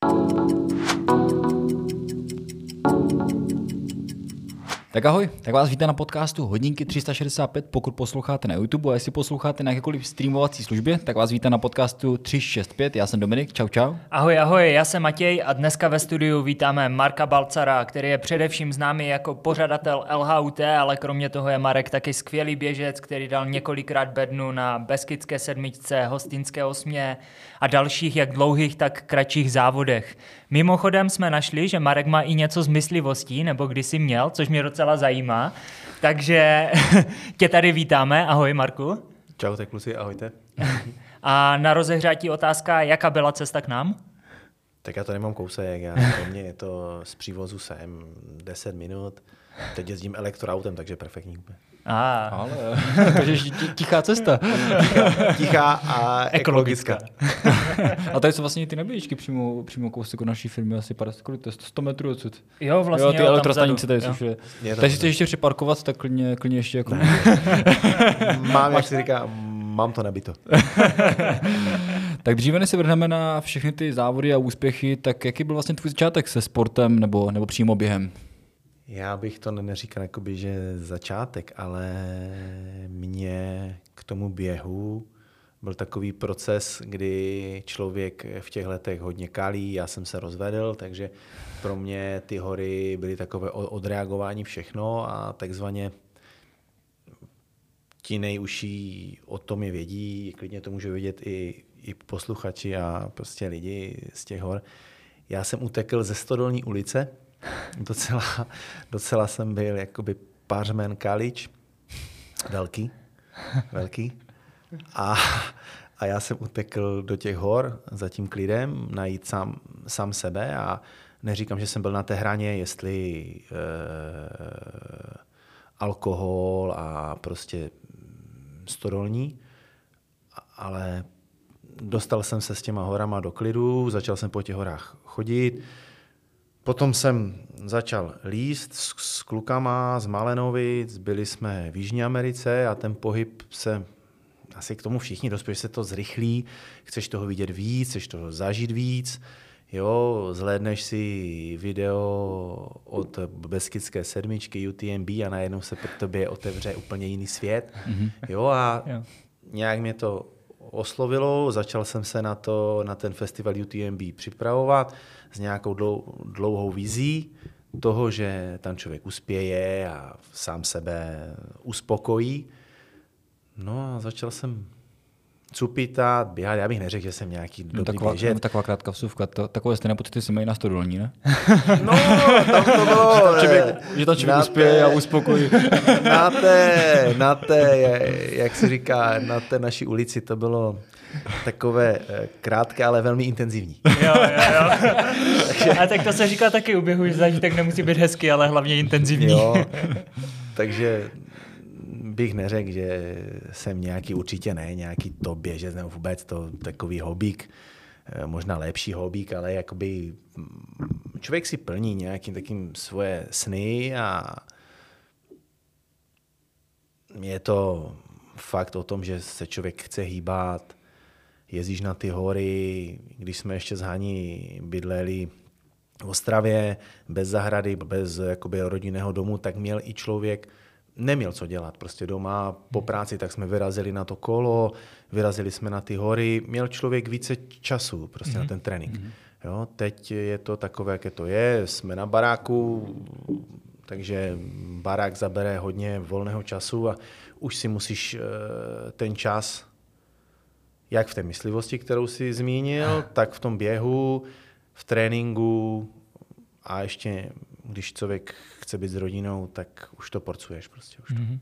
Tak ahoj, tak vás vítám na podcastu Hodinky 365, pokud posloucháte na YouTube a jestli posloucháte na jakékoliv streamovací službě, tak vás vítám na podcastu 365, já jsem Dominik, čau. Ahoj, já jsem Matěj a dneska ve studiu vítáme Marka Balcara, který je především známý jako pořadatel LHUT, ale kromě toho je Marek taky skvělý běžec, který dal několikrát bednu na Beskydské sedmičce, Hostýnské osmě a dalších jak dlouhých, tak kratších závodech. Mimochodem jsme našli, že Marek má i něco z myslivostí, nebo kdysi měl, což mě docela zajímá. Takže tě tady vítáme. Ahoj, Marku. Čau, kluci, ahojte. A na rozehřátí otázka, jaká byla cesta k nám? Tak já to nemám kousek, pro mě je to z přívozu sem 10 minut. Teď jezdím elektroautem, takže perfektní úplně. Ale takže tichá cesta. Tichá a ekologická. A tady jsou vlastně ty nabíječky přímo kousek od naší firmy, asi 50, kolik to je 100 metrů odsud. Jo, vlastně. Jo, ty elektrostanice tady jsou všude. Takže si chceš ještě přeparkovat, tak klidně ještě jako... Mám, jak si říká, mám to nabito. Tak dříve než se vrhneme na všechny ty závody a úspěchy, tak jaký byl vlastně tvůj začátek se sportem nebo přímo během? Já bych to neříkal jakoby, že začátek, ale mě k tomu běhu byl takový proces, kdy člověk v těch letech hodně kalí, já jsem se rozvedl, takže pro mě ty hory byly takové odreagování všechno a takzvaně ti nejužší o tom je vědí, klidně to můžu vědět i posluchači a prostě lidi z těch hor. Já jsem utekl ze Stodolní ulice, docela jsem byl jakoby pářmen kalič, velký. A já jsem utekl do těch hor za tím klidem, najít sám sebe a neříkám, že jsem byl na té hraně, jestli alkohol a prostě stodolní, ale dostal jsem se s těma horama do klidu, začal jsem po těch horách chodit. Potom jsem začal líst s klukama z Malenovic, byli jsme v Jižní Americe a ten pohyb se, asi k tomu všichni dospějí, se to zrychlí, chceš toho vidět víc, chceš toho zažít víc, jo, zhlédneš si video od Beskydské sedmičky UTMB a najednou se pod tobě otevře úplně jiný svět, jo, a nějak mě to oslovilo, začal jsem se na ten festival UTMB připravovat s nějakou dlouhou vizí toho, že tam člověk uspěje a sám sebe uspokojí. No a začal jsem cupitat, běhat, já bych neřekl, že jsem nějaký dobrý běžet. Taková krátká vsuvka, takové stejné pocity si mají na Stodolní, ne? No, tam to bylo... že tam člověk uspěje a uspokojí. Na té, jak se říká, na té naší ulici to bylo takové krátké, ale velmi intenzivní. Jo. A tak to se říká taky u běhu, že zážitek nemusí být hezký, ale hlavně intenzivní. Jo, takže bych neřekl, že jsem nějaký top běžec nebo vůbec to takový hobík, možná lepší hobík, ale jakoby člověk si plní nějakým takým svoje sny a je to fakt o tom, že se člověk chce hýbat, jezdíš na ty hory, když jsme ještě s Haní bydleli v Ostravě, bez zahrady, bez jakoby rodinného domu, tak měl i člověk neměl co dělat prostě doma, po práci, tak jsme vyrazili na to kolo, vyrazili jsme na ty hory, měl člověk více času prostě na ten trénink. Jo, teď je to takové, jaké to je, jsme na baráku, takže barák zabere hodně volného času a už si musíš ten čas, jak v té myslivosti, kterou si zmínil, tak v tom běhu, v tréninku a ještě když člověk chce být s rodinou, tak už to porcuješ prostě.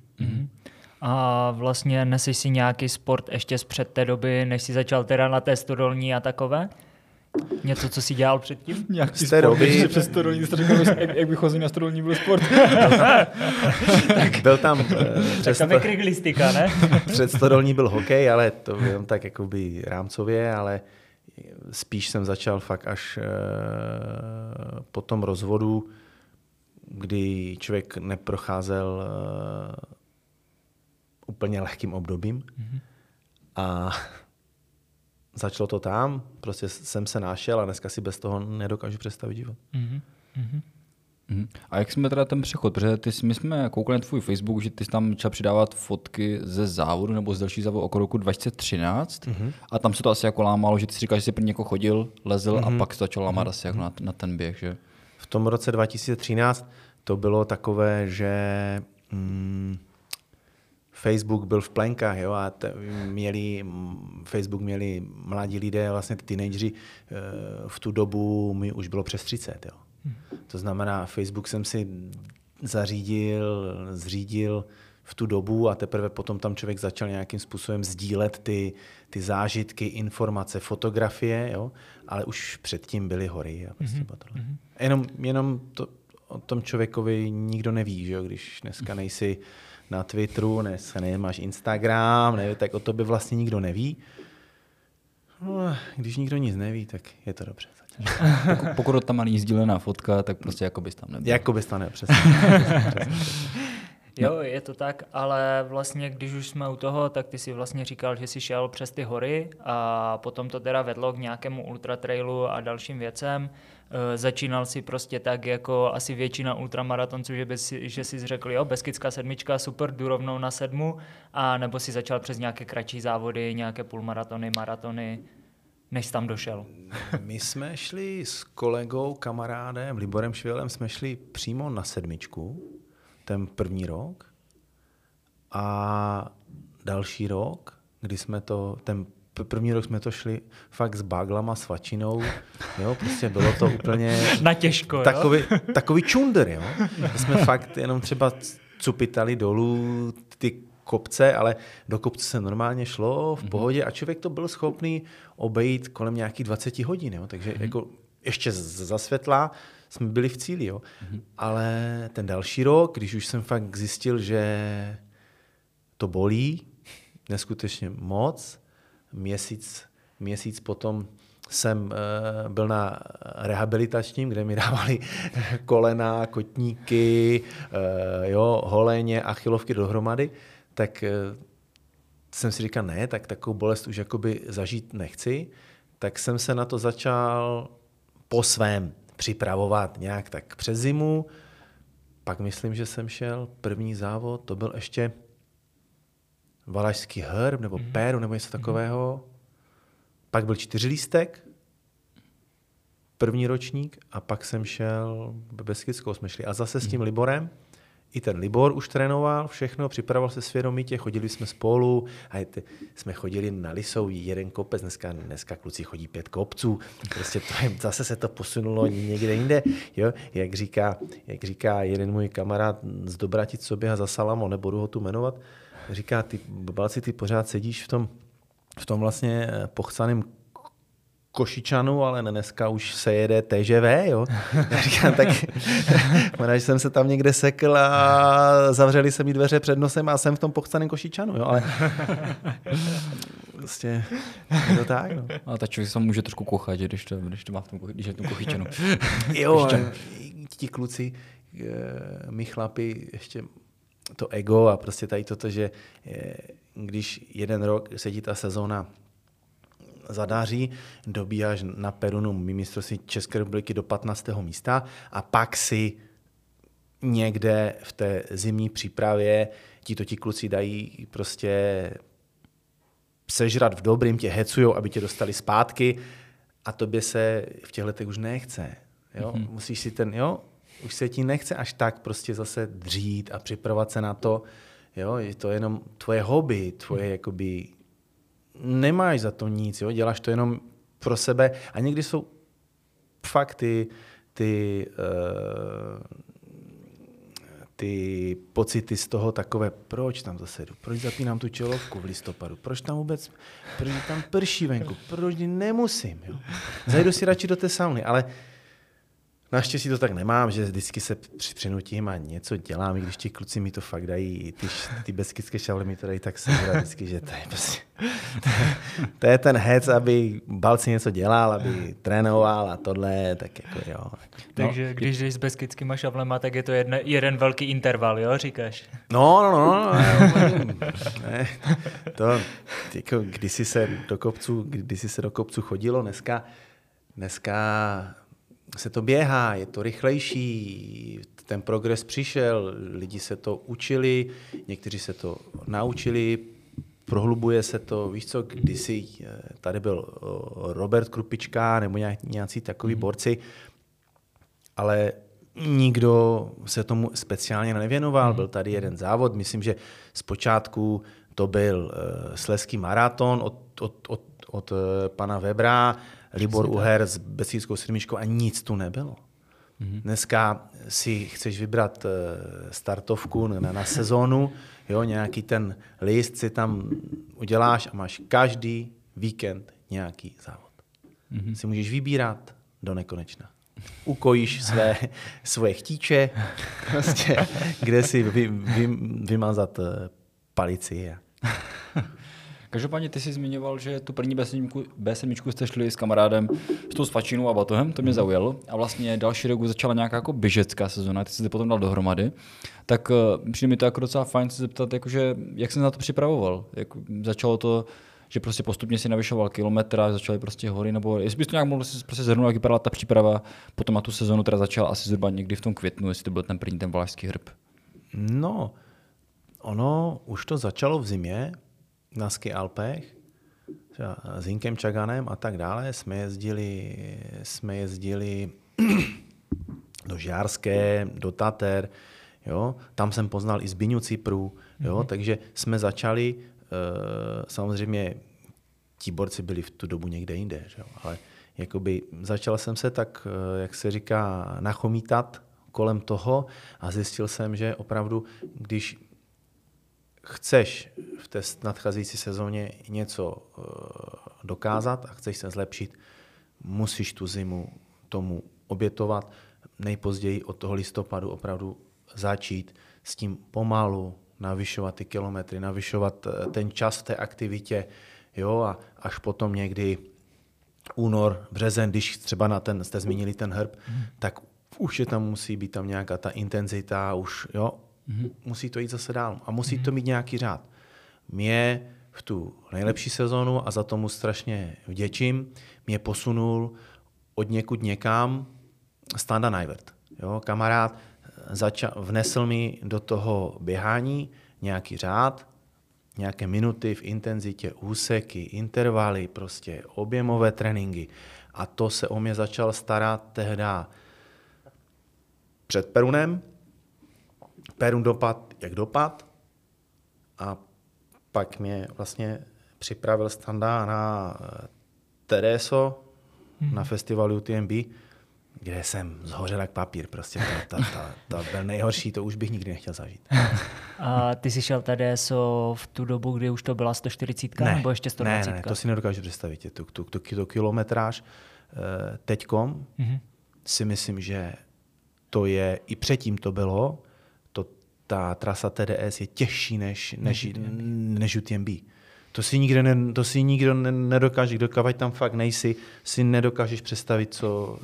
A vlastně neseš si nějaký sport ještě z před té doby, než jsi začal teda na té Stodolní a takové? Něco, co jsi dělal předtím? Nějaký sport, ještě přes Stodolní, jak by chození na Stodolní byl sport. Byl tam... Tam je kriglistika, ne? Před Stodolní byl hokej, ale to byl tak jakoby rámcově, ale spíš jsem začal fakt až po tom rozvodu, kdy člověk neprocházel úplně lehkým obdobím a začalo to tam, prostě jsem se našel a dneska si bez toho nedokážu představit život. A jak jsme teda ten přechod, protože my jsme koukali na tvůj Facebook, že ty jsi tam začal přidávat fotky ze závodu nebo z další závodu okolo roku 2013 a tam se to asi jako lámalo, že ty si říkal, že jsi první jako chodil, lezl a pak se to začal lámat asi jako na ten běh, že? V tom roce 2013 to bylo takové, že Facebook byl v plenkách, jo, a Facebook měli mladí lidé, vlastně teenageři, v tu dobu mi už bylo přes 30, jo. To znamená, Facebook jsem si zřídil v tu dobu a teprve potom tam člověk začal nějakým způsobem sdílet ty zážitky, informace, fotografie, jo, ale už předtím byly hory a prostě tohle. Jenom to o tom člověkovi nikdo neví, že jo, když dneska nejsi na Twitteru, dneska nemáš Instagram, tak o tobě vlastně nikdo neví. No, když nikdo nic neví, tak je to dobře. Pokud tam není sdílená fotka, tak prostě jako bys tam nebyl. Jako bys tam nebyl, přesně. Jo, je to tak, ale vlastně, když už jsme u toho, tak ty si vlastně říkal, že jsi šel přes ty hory a potom to teda vedlo k nějakému ultratrailu a dalším věcem. Začínal si prostě tak, jako asi většina ultramaratonců, že jsi řekl, jo, Beskidská 7, super, jdu rovnou na 7, a nebo si začal přes nějaké kratší závody, nějaké půlmaratony, maratony, než jsi tam došel? My jsme šli s kolegou, kamarádem, Liborem Švělem, jsme šli přímo na 7, ten první rok. A další rok, kdy jsme ten první rok jsme to šli fakt s baglama, s vačinou, jo, prostě bylo to úplně natěžko, takový čunder, jo. My jsme fakt jenom třeba cupitali dolů ty kopce, ale do kopce se normálně šlo v pohodě a člověk to byl schopný obejít kolem nějakých 20 hodin, jo. Takže jako ještě za světla jsme byli v cíli, jo. Ale ten další rok, když už jsem fakt zjistil, že to bolí neskutečně moc, měsíc potom jsem byl na rehabilitačním, kde mi dávali kolena, kotníky, holeně, achilovky dohromady, tak jsem si říkal, ne, tak takovou bolest už jakoby zažít nechci, tak jsem se na to začal po svém připravovat nějak tak přes zimu. Pak myslím, že jsem šel první závod, to byl ještě Valašský hrb nebo Péru nebo něco takového. Pak byl 4lístek, první ročník a pak jsem šel Beskidskou jsme šli. A zase s tím Liborem. I ten Libor už trénoval všechno, připravoval se svědomitě, chodili jsme spolu a jsme chodili na Lisou jeden kopec, dneska kluci chodí 5 kopců, prostě zase se to posunulo někde jinde, jo? Jak říká jeden můj kamarád z Dobratic, co běhá za Salamo, nebudu ho tu jmenovat, říká, ty Balci, ty pořád sedíš v tom vlastně pochcaném Košičanu, ale dneska už se jede TŽV, jo. Já říkám, tak že jsem se tam někde sekl a zavřeli se mi dveře před nosem a jsem v tom pochcaném Košičanu, jo, ale prostě je to tak, no. A ta člověk se může trošku kochat, že když to má když je v tom Košičanu. Jo, ti kluci, my chlapi, ještě to ego a prostě tady toto, že když jeden rok sedí ta sezóna zadáří, dobíháš na perunu mistrovství České republiky do 15. místa a pak si někde v té zimní přípravě ti kluci dají prostě sežrat v dobrým, tě hecujou, aby tě dostali zpátky a tobě se v těchto letech už nechce. Jo? Musíš si už se ti nechce až tak prostě zase dřít a připravovat se na to. Jo? Je to jenom tvoje hobby, tvoje jakoby nemáš za to nic, jo? Děláš to jenom pro sebe a někdy jsou fakt ty pocity z toho takové, proč tam zase jdu, proč zapínám tu čelovku v listopadu, proč tam tam prší venku, proč nemusím, jo? Zajdu si radši do té sauny, ale Naštěstí to tak nemám, že vždycky se přinutím a něco dělám, i když ti kluci mi to fakt dají, ty beskydské šavle mi to dají tak sebrat vždycky, že to je prostě, to je ten hec, aby Balci něco dělal, aby trénoval a tohle, tak jako jo. Takže když jdeš s beskydskýma šavlema, tak je to jeden velký interval, jo, říkáš? No, ne, to, jako, kdysi se do kopců chodilo, dneska se to běhá, je to rychlejší, ten progres přišel, lidi se to učili, někteří se to naučili, prohlubuje se to, víš co, kdysi tady byl Robert Krupička nebo nějací takový borci, ale nikdo se tomu speciálně nevěnoval, byl tady jeden závod, myslím, že zpočátku to byl Slezský maraton od pana Webra, Libor Uher s Beskidskou sedmičkou a nic tu nebylo. Dneska si chceš vybrat startovku na sezónu, jo, nějaký ten list si tam uděláš a máš každý víkend nějaký závod. Si můžeš vybírat do nekonečna. Ukojíš svoje chtíče, prostě, kde si vymazat palici. Každopádně ty jsi zmiňoval, že tu první B7 jste šli s kamarádem s tou svačinou a batohem, to mě zaujalo. A vlastně další rok začala nějaká jako běžecká sezóna, ty jsi se potom dal dohromady. Tak přijde mi to jako docela fajn se zeptat, jakože, jak jsi na to připravoval? Jak začalo to, že prostě postupně si navyšoval kilometráž, začaly prostě hory, nebo jestli bys to nějak mohl prostě zhrnout, jak vypadala ta příprava potom na tu sezónu, která začala asi zhruba někdy v tom květnu, jestli to byl ten první ten Valašský hrb. No, ono už to začalo v zimě, na Ski Alpech, s Hinkem Čaganem a tak dále. Jsme jezdili do Žďárské, do Tater, jo. Tam jsem poznal i Zbyňu Cipru, jo. Takže jsme začali, samozřejmě ti borci byli v tu dobu někde jinde, jo. Ale jakoby začal jsem se tak, jak se říká, nachomítat kolem toho a zjistil jsem, že opravdu, když chceš v té nadcházející sezóně něco dokázat a chceš se zlepšit, musíš tu zimu tomu obětovat. Nejpozději od toho listopadu opravdu začít s tím pomalu navyšovat ty kilometry, navyšovat ten čas v té aktivitě, jo, a až potom někdy únor, březen, když třeba jste zmínili ten hrb, tak už je tam musí být tam nějaká ta intenzita, už, jo, musí to jít zase dál a musí to mít nějaký řád. Mě v tu nejlepší sezónu, a za tomu strašně vděčím, mě posunul od někud někam Standa Najvert. Jo, kamarád vnesl mi do toho běhání nějaký řád, nějaké minuty v intenzitě, úseky, intervaly, prostě objemové tréninky. A to se o mě začal starat tehda před Perunem. Perun dopad, jak dopad. A pak mě vlastně připravil Standa na Tereso, na festivalu UTMB, kde jsem zhořel jak papír. Prostě to byl nejhorší, to už bych nikdy nechtěl zažít. A ty jsi šel Tereso v tu dobu, kdy už to byla 140 nebo ještě 120? Ne, to si nedokážu představit. Tu kilometráž teďkom si myslím, že to je, i předtím to bylo, ta trasa TDS je těžší než UTMB. To si nikdo nedokáže, dokavať tam fakt nejsi, si nedokážeš představit,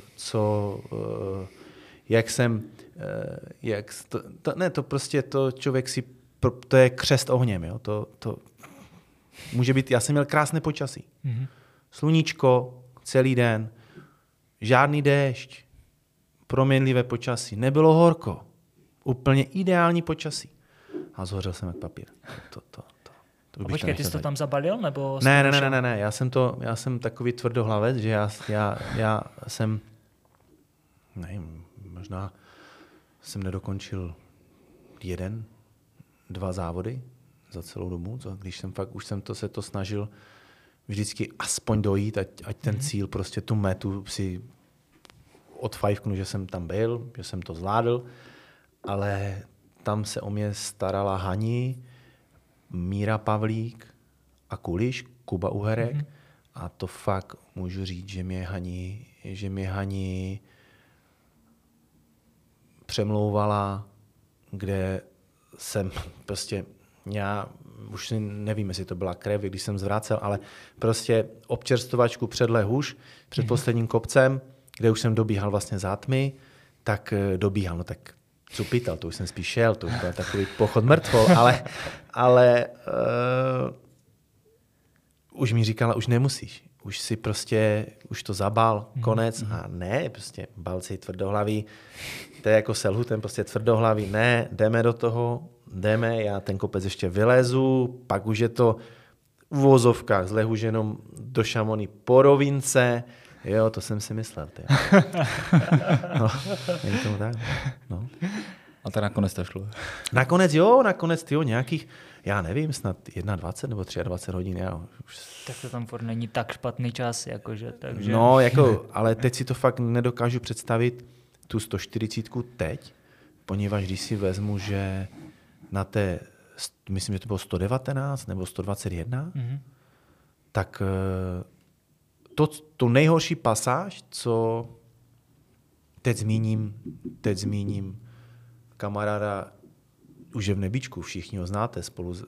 to prostě to člověk si, to je křest ohněm, jo? To může být, já jsem měl krásné počasí. Sluníčko, celý den, žádný déšť, proměnlivé počasí, nebylo horko. Úplně ideální počasí. A zhořel jsem jak papír. A počkej, ty jsi to tam zabalil? Nebo ne. Já jsem takový tvrdohlavec, že já jsem, nevím, možná jsem nedokončil 1-2 závody za celou dobu, když jsem fakt, už jsem se to snažil vždycky aspoň dojít, ať ten cíl, prostě tu metu si odfajfknu, že jsem tam byl, že jsem to zvládl, ale tam se o mě starala Hani, Míra Pavlík a Kuliš, Kuba Uherek, a to fakt můžu říct, že mě Hani přemlouvala, kde jsem prostě, já už si nevím, jestli to byla krev, když jsem zvrácel, ale prostě občerstvovačku před Lehuš, před posledním kopcem, kde už jsem dobíhal vlastně za tmy, tak dobíhal, no tak cupital, to už jsem spíš šel, to už byl takový pochod mrtvol, ale už mi říkala, už nemusíš, už si prostě, už to zabal, konec a ne, prostě balci tvrdohlaví, to je jako selhu, ten prostě tvrdohlaví, ne, jdeme do toho, jdeme, já ten kopec ještě vylezu, pak už je to v uvozovkách z Lehuš jenom do Šamony po rovince, jo, to jsem si myslel. No, není tomu tak. No. A tak nakonec to šlo. Nakonec nějakých, já nevím, snad 21 nebo 23 hodin. Já už... Tak to tam furt není tak špatný čas, jakože, takže... No, ale teď si to fakt nedokážu představit, tu 140 teď, poněvadž když si vezmu, že na té, myslím, že to bylo 119 nebo 121, tak tu nejhorší pasáž, co teď zmíním kamaráda už je v Nebíčku, všichni ho znáte,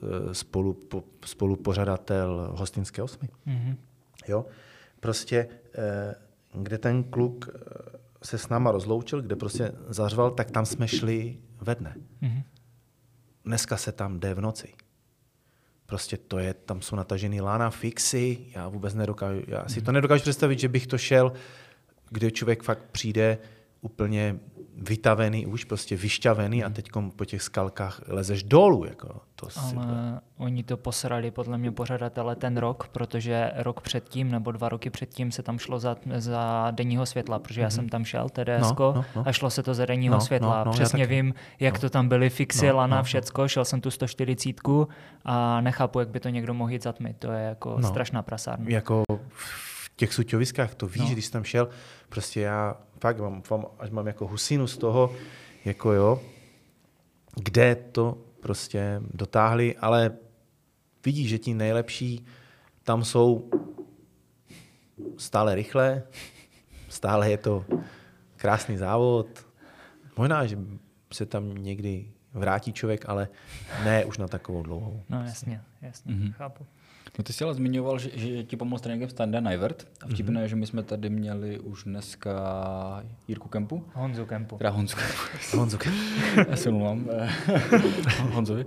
spolupořadatel Hostinské 8. Jo? Prostě, kde ten kluk se s náma rozloučil, kde prostě zařval, tak tam jsme šli ve dne. Dneska se tam jde v noci. Prostě to je, tam jsou natažený lána fixy, já si to nedokážu představit, že bych to šel, kde člověk fakt přijde úplně vytavený, už prostě vyšťavený a teď po těch skalkách lezeš dolů. Jako, ale oni to posrali podle mě pořadatele ten rok, protože rok předtím nebo 2 roky předtím se tam šlo za denního světla, protože já jsem tam šel, TDSko, a šlo se to za denního světla. Přesně vím, jak to tam byly fixy, lana, všecko, šel jsem tu 140 a nechápu, jak by to někdo mohl jít za tmy. To je jako strašná prasárna. Jako v těch suťoviskách to víš, když jsi tam šel, prostě já fakt až mám jako husinu z toho, jako jo, kde to prostě dotáhli, ale vidíš, že ti nejlepší tam jsou stále rychle, stále je to krásný závod. Možná, že se tam někdy vrátí člověk, ale ne už na takovou dlouhou. No jasně, chápu. No ty jsi ale zmiňoval, že ti pomohl s tréninkem Standa Najvert a vtipné je, že my jsme tady měli už dneska Jirku Kempu. Honzu Kempu. Teda Honzu Kempu. Já se mluvám. Honzovi.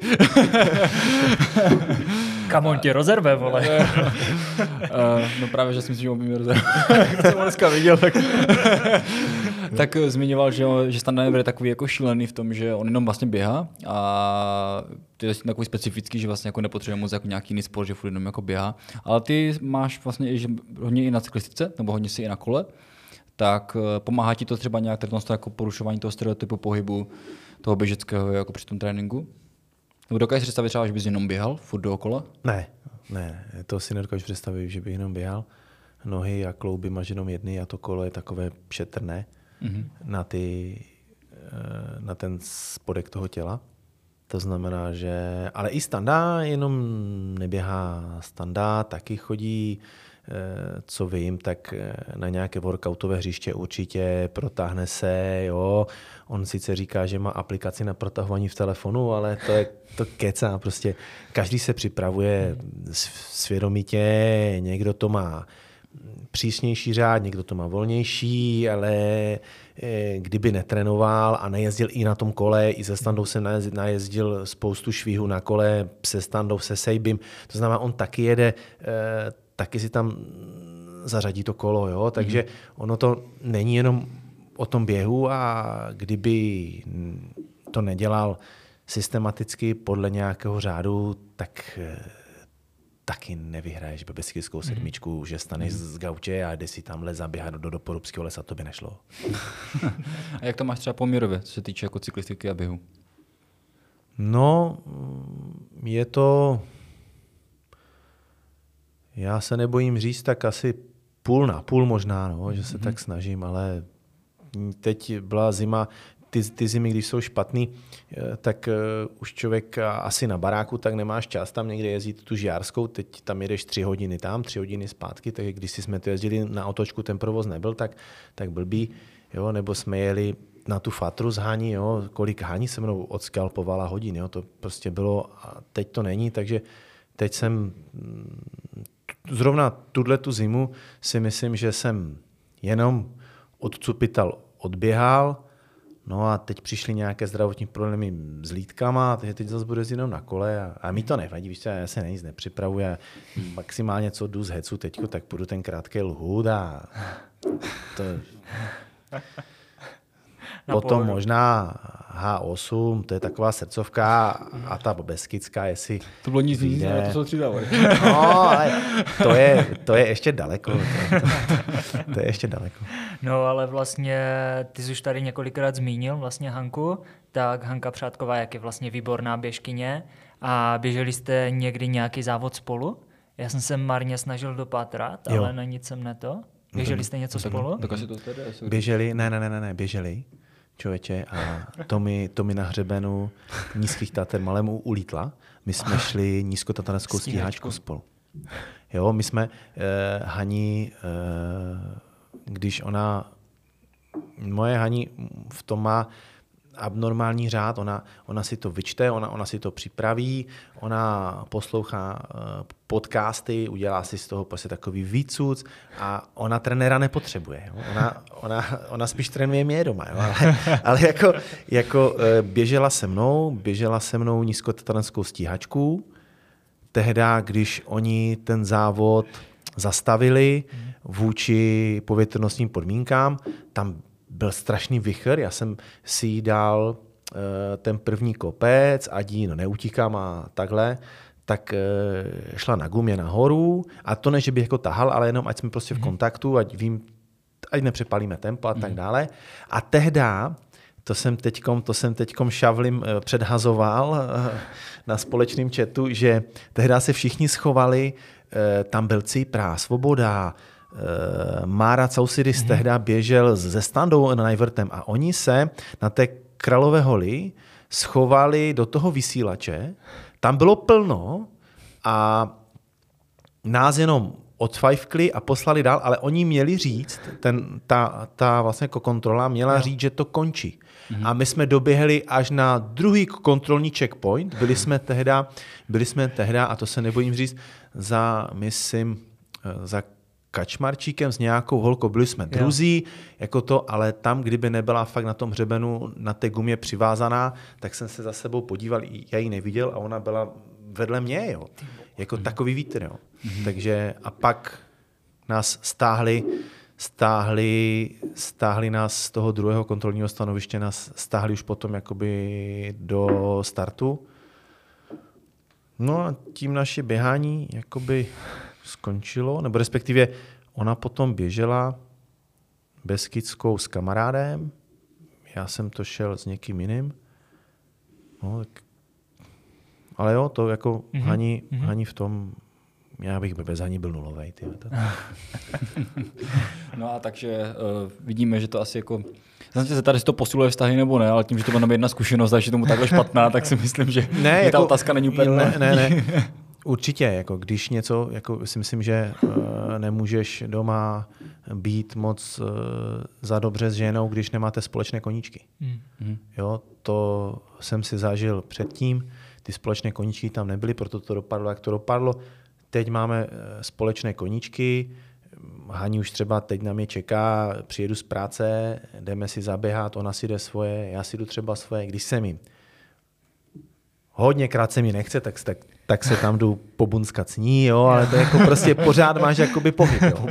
Kam on tě rozerve, vole? No právě, že si myslím, že on by mě rozerve. Jak jsem ho dneska viděl, tak zmiňoval, že Standa Najvert je takový jako šílený v tom, že on jenom vlastně běhá a to je takový specifický, že vlastně jako nepotřebuje moc jako nějaký jiný sport, že furt jenom jako běhá. Ale ty máš vlastně že hodně i na cyklistice, nebo hodně si i na kole, tak pomáhá ti to třeba nějak jako porušování toho stereotypu pohybu, toho běžeckého jako při tom tréninku? Nebo dokážeš představit třeba, že bys jenom běhal furt dookola? Ne, to si nedokážu představit, že bych jenom běhal. Nohy a klouby máš jenom jedny a to kolo je takové šetrné na ten spodek toho těla. To znamená, že... Ale i Standa jenom neběhá. Standa taky chodí, co vím, tak na nějaké workoutové hřiště určitě protáhne se, jo. On sice říká, že má aplikaci na protahování v telefonu, ale to kecá. Prostě každý se připravuje svědomitě, někdo to má přísnější řád, někdo to má volnější, ale kdyby netrénoval a nejezdil i na tom kole, i se Standou jsem najezdil spoustu švihů na kole, se Standou, se Sejbym, to znamená, on taky jede, taky si tam zařadí to kolo, jo? Takže ono to není jenom o tom běhu a kdyby to nedělal systematicky podle nějakého řádu, tak taky nevyhraješ bebeskyckou sedmičku, že staneš z gauče a jde si tamhle zaběhat do Porubského lesa, to by nešlo. A jak to máš třeba poměrově, co se týče jako cyklistiky a běhu? No, je to... Já se nebojím říct, tak asi půl na půl možná, no, že se tak snažím, ale teď byla zima, ty zimy, když jsou špatný, tak už člověk asi na baráku tak nemáš čas tam někde jezdit tu Žiarskou, teď tam jedeš 3 hodiny tam, 3 hodiny zpátky, tak když jsme to jezdili na otočku, ten provoz nebyl tak blbý, jo, nebo jsme jeli na tu fatru zhání, jo, kolik hání se mnou odskalpovala hodin, jo, to prostě bylo a teď to není, takže teď jsem zrovna tu zimu si myslím, že jsem jenom od Cupital odběhal, no a teď přišly nějaké zdravotní problémy s lítkama, takže teď zase budu jezdit jenom na kole a mi to nevadí, víš, já se na nic nepřipravuji, maximálně co jdu z hecu teďko, tak půjdu ten krátký lhůt a to... Potom možná H8, to je taková srdcovka a ta beskidská, jestli... To bylo nic víc, ale to jsou 3 závody. No, ale to je ještě daleko. To je ještě daleko. No, ale vlastně ty jsi už tady několikrát zmínil vlastně Hanku, tak Hanka Přátková, jak je vlastně výborná běžkyně a běželi jste někdy nějaký závod spolu? Já jsem se marně snažil dopátrat, ale na nic jsem neto. Běželi jste něco spolu? Tak asi to tedy. Běželi, ne, běželi. Člověče, a to mi na hřebenu Nízkých Tater malému ulítla. My jsme šli nízkotatranskou stíhačku spolu. Jo, my jsme Hani, když moje Hani v tom má abnormální řád, ona si to vyčte, ona si to připraví, ona poslouchá podcasty, udělá si z toho prostě takový výcuc a ona trenéra nepotřebuje. Jo? Ona spíš trénuje mě doma. Jo? Ale jako běžela se mnou nízkotatranskou stíhačku. Tehda, když oni ten závod zastavili vůči povětrnostním podmínkám, tam byl strašný vichr, já jsem si jí dal ten první kopec, ať jí neutíkám a takhle, tak šla na gumě nahoru a to ne, že bych jako tahal, ale jenom ať jsme prostě v kontaktu, ať nepřepalíme tempo a tak dále. A tehda, to jsem teďkom šavlim předhazoval na společném chatu, že tehda se všichni schovali, tam byl Cipra, Svoboda, Mára Causidis tehda běžel se Standou Najvrtem a oni se na té Králové hory schovali do toho vysílače. Tam bylo plno a nás jenom odfajfkli a poslali dál, ale oni měli říct, ta vlastně jako kontrola měla říct, že to končí. A my jsme doběhli až na druhý kontrolní checkpoint. Byli jsme tehda, a to se nebojím říct, za Kačmarčíkem s nějakou holkou, byli jsme druzí, jako to, ale tam, kdyby nebyla fakt na tom hřebenu na té gumě přivázaná, tak jsem se za sebou podíval, já ji neviděl a ona byla vedle mě, jo. Jako takový vítr, jo. Takže a pak nás stáhli nás z toho druhého kontrolního stanoviště, nás stáhli už potom jakoby do startu. No a tím naše běhání jakoby skončilo, nebo respektive ona potom běžela Beskidskou s kamarádem, já jsem to šel s někým jiným. No, tak... Ale jo, to jako Hani v tom, já bych bez Hani byl nulovej. No a takže vidíme, že to asi jako... Znamená se tady, to posiluje vztahy nebo ne, ale tím, že to byla jedna zkušenost, takže tomu takhle špatná, tak si myslím, že ta otázka není úplně... Ne. Určitě, jako když něco, jako si myslím, že nemůžeš doma být moc za dobře s ženou, když nemáte společné koníčky. Jo, to jsem si zažil předtím, ty společné koníčky tam nebyly, proto to dopadlo, jak to dopadlo. Teď máme společné koníčky, Hani už třeba teď na mě čeká, přijedu z práce, jdeme si zaběhat, ona si jde svoje, já si jdu třeba svoje, když se mi hodněkrát se mi nechce, tak se tam jdu pobunskat s ní, jo, ale to jako prostě pořád máš jakoby pohyb, jo.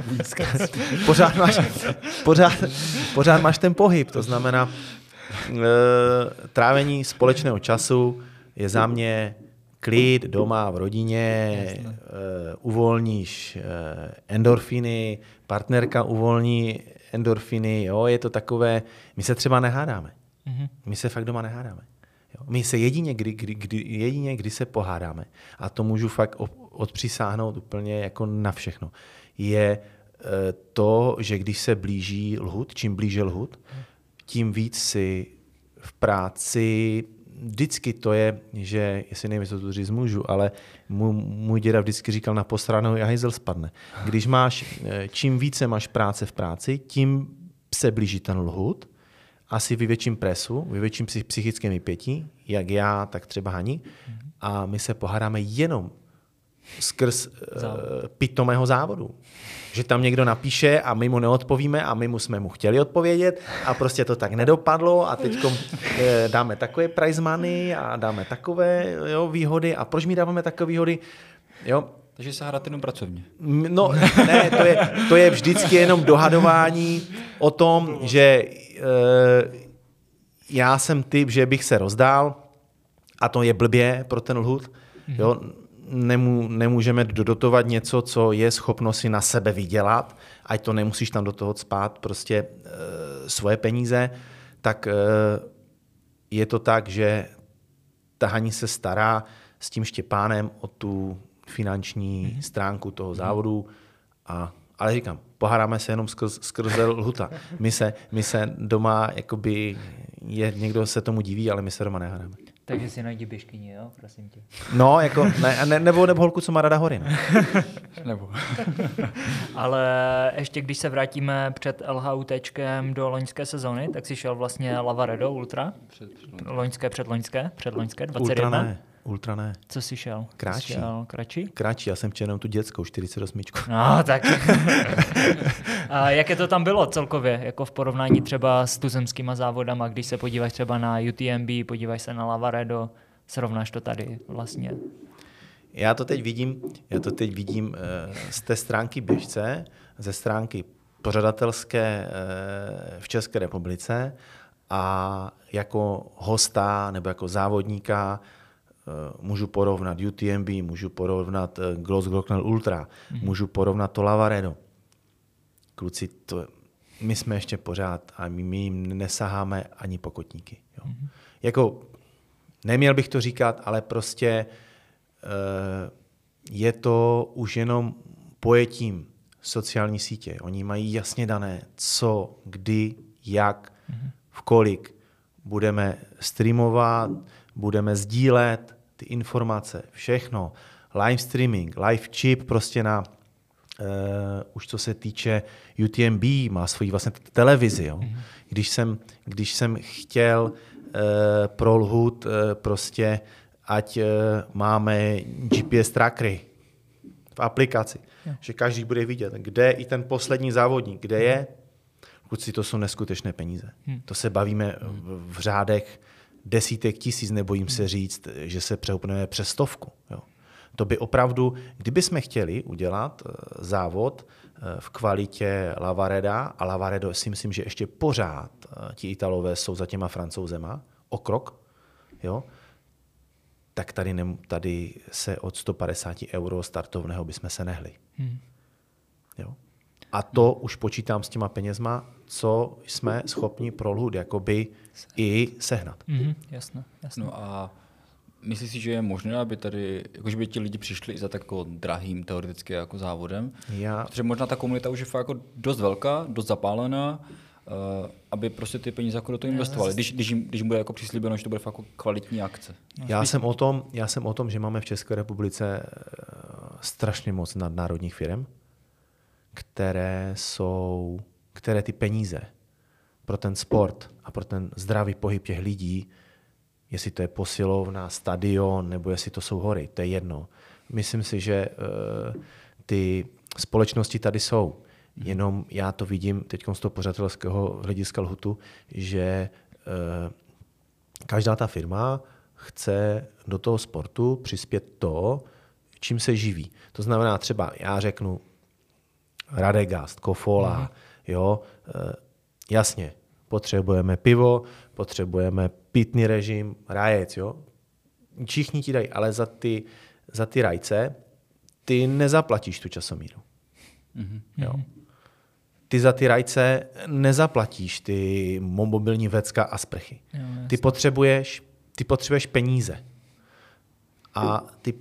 Pořád máš ten pohyb, to znamená trávení společného času je za mě klid doma v rodině, uvolníš endorfiny, partnerka uvolní endorfiny, jo, je to takové, my se třeba nehádáme. My se fakt doma nehádáme. Jo. My se jedině, kdy se pohádáme, a to můžu fakt odpřísáhnout úplně jako na všechno, je to, že když se blíží lhut, čím blíže lhut, tím víc si v práci, vždycky to je, že, jestli nevím, co tu říct můžu, ale můj děda vždycky říkal, na posranou a hajzel spadne. Když máš, čím více máš práce v práci, tím se blíží ten lhut asi ve větším presu, ve větším psychickém vypětí, jak já, tak třeba Hani. A my se pohádáme jenom skrz pitomého závodu. Že tam někdo napíše a my mu neodpovíme a my jsme mu chtěli odpovědět a prostě to tak nedopadlo a teď dáme takové prize money a dáme takové výhody a proč mi dáváme takové výhody? Jo. Takže se hádáte jenom pracovně. No ne, to je vždycky jenom dohadování o tom, že já jsem typ, že bych se rozdál a to je blbě pro ten Lhut. Jo. Nemůžeme dodotovat něco, co je schopno si na sebe vydělat, ať to nemusíš tam do toho cpát prostě svoje peníze, tak je to tak, že ta Hani se stará s tím Štěpánem o tu finanční stránku toho závodu, ale říkám, pohádáme se jenom skrze Lhuta. My se doma, jakoby, někdo se tomu diví, ale my se doma nehádáme. Takže si najdi běžkyni, jo, prosím tě. No, jako, nebo holku, co má ráda hory. Ne? Nebo. Ale ještě když se vrátíme před LHUTčkem do loňské sezony, tak si šel vlastně Lavaredo Ultra? Předloňské, 21? Ultra ne. Co jsi šel? Kráčí. Kráčí, já jsem chtěl jenom tu dětskou 48. No, tak. A jaké to tam bylo celkově, jako v porovnání třeba s tuzemskýma závodama, když se podíváš třeba na UTMB, podíváš se na Lavaredo, srovnáš to tady vlastně? Já to teď vidím z té stránky běžce, ze stránky pořadatelské v České republice a jako hosta nebo jako závodníka můžu porovnat UTMB, můžu porovnat Glockner Ultra, můžu porovnat to Lavaredo. Kluci, my jsme ještě pořád a my jim nesaháme ani po kotníky. Jo. Jako, neměl bych to říkat, ale prostě je to už jenom pojetím sociální sítě. Oni mají jasně dané, co, kdy, jak, v kolik budeme streamovat, budeme sdílet ty informace, všechno. Live streaming, live chip prostě na už co se týče UTMB, má svoji vlastně televizi. Jo. Když jsem chtěl pro Lhut prostě, ať máme GPS trackery v aplikaci, že každý bude vidět, kde i ten poslední závodník, kde je. Kluci, to jsou neskutečné peníze. To se bavíme v řádech desítek tisíc, nebojím se říct, že se přehoupneme přes 100. Jo. To by opravdu, kdybychom chtěli udělat závod v kvalitě Lavareda, a Lavaredo si myslím, že ještě pořád ti Italové jsou za těma Francouzema, o krok, jo, tak tady se od 150 € startovného bychom se nehli. Jo. A to už počítám s těma penězma, co jsme schopni pro Lhut jakoby i sehnat. Jasně. No a myslíš si, že je možné, aby tady, jakože by ti lidi přišli i za takovým drahým teoreticky jako závodem? Protože možná ta komunita už je fakt jako dost velká, dost zapálená, aby prostě ty peníze jako do toho investovali, když jim bude jako přislíbeno, že to bude fakt jako kvalitní akce. Já jsem o tom, že máme v České republice strašně moc nadnárodních firm, které ty peníze pro ten sport a pro ten zdravý pohyb těch lidí, jestli to je posilovna, stadion, nebo jestli to jsou hory, to je jedno. Myslím si, že ty společnosti tady jsou. Jenom já to vidím teď z toho pořadatelského hlediska Lhutu, že každá ta firma chce do toho sportu přispět to, čím se živí. To znamená třeba, já řeknu Radegast, Kofola, jo, jasně, potřebujeme pivo, potřebujeme pitný režim, rajec, jo. Všichni ti dají, ale za ty rajce ty nezaplatíš tu časomíru. Jo. Ty za ty rajce nezaplatíš ty mobilní vecka a sprchy. Jo, ty potřebuješ peníze. A ty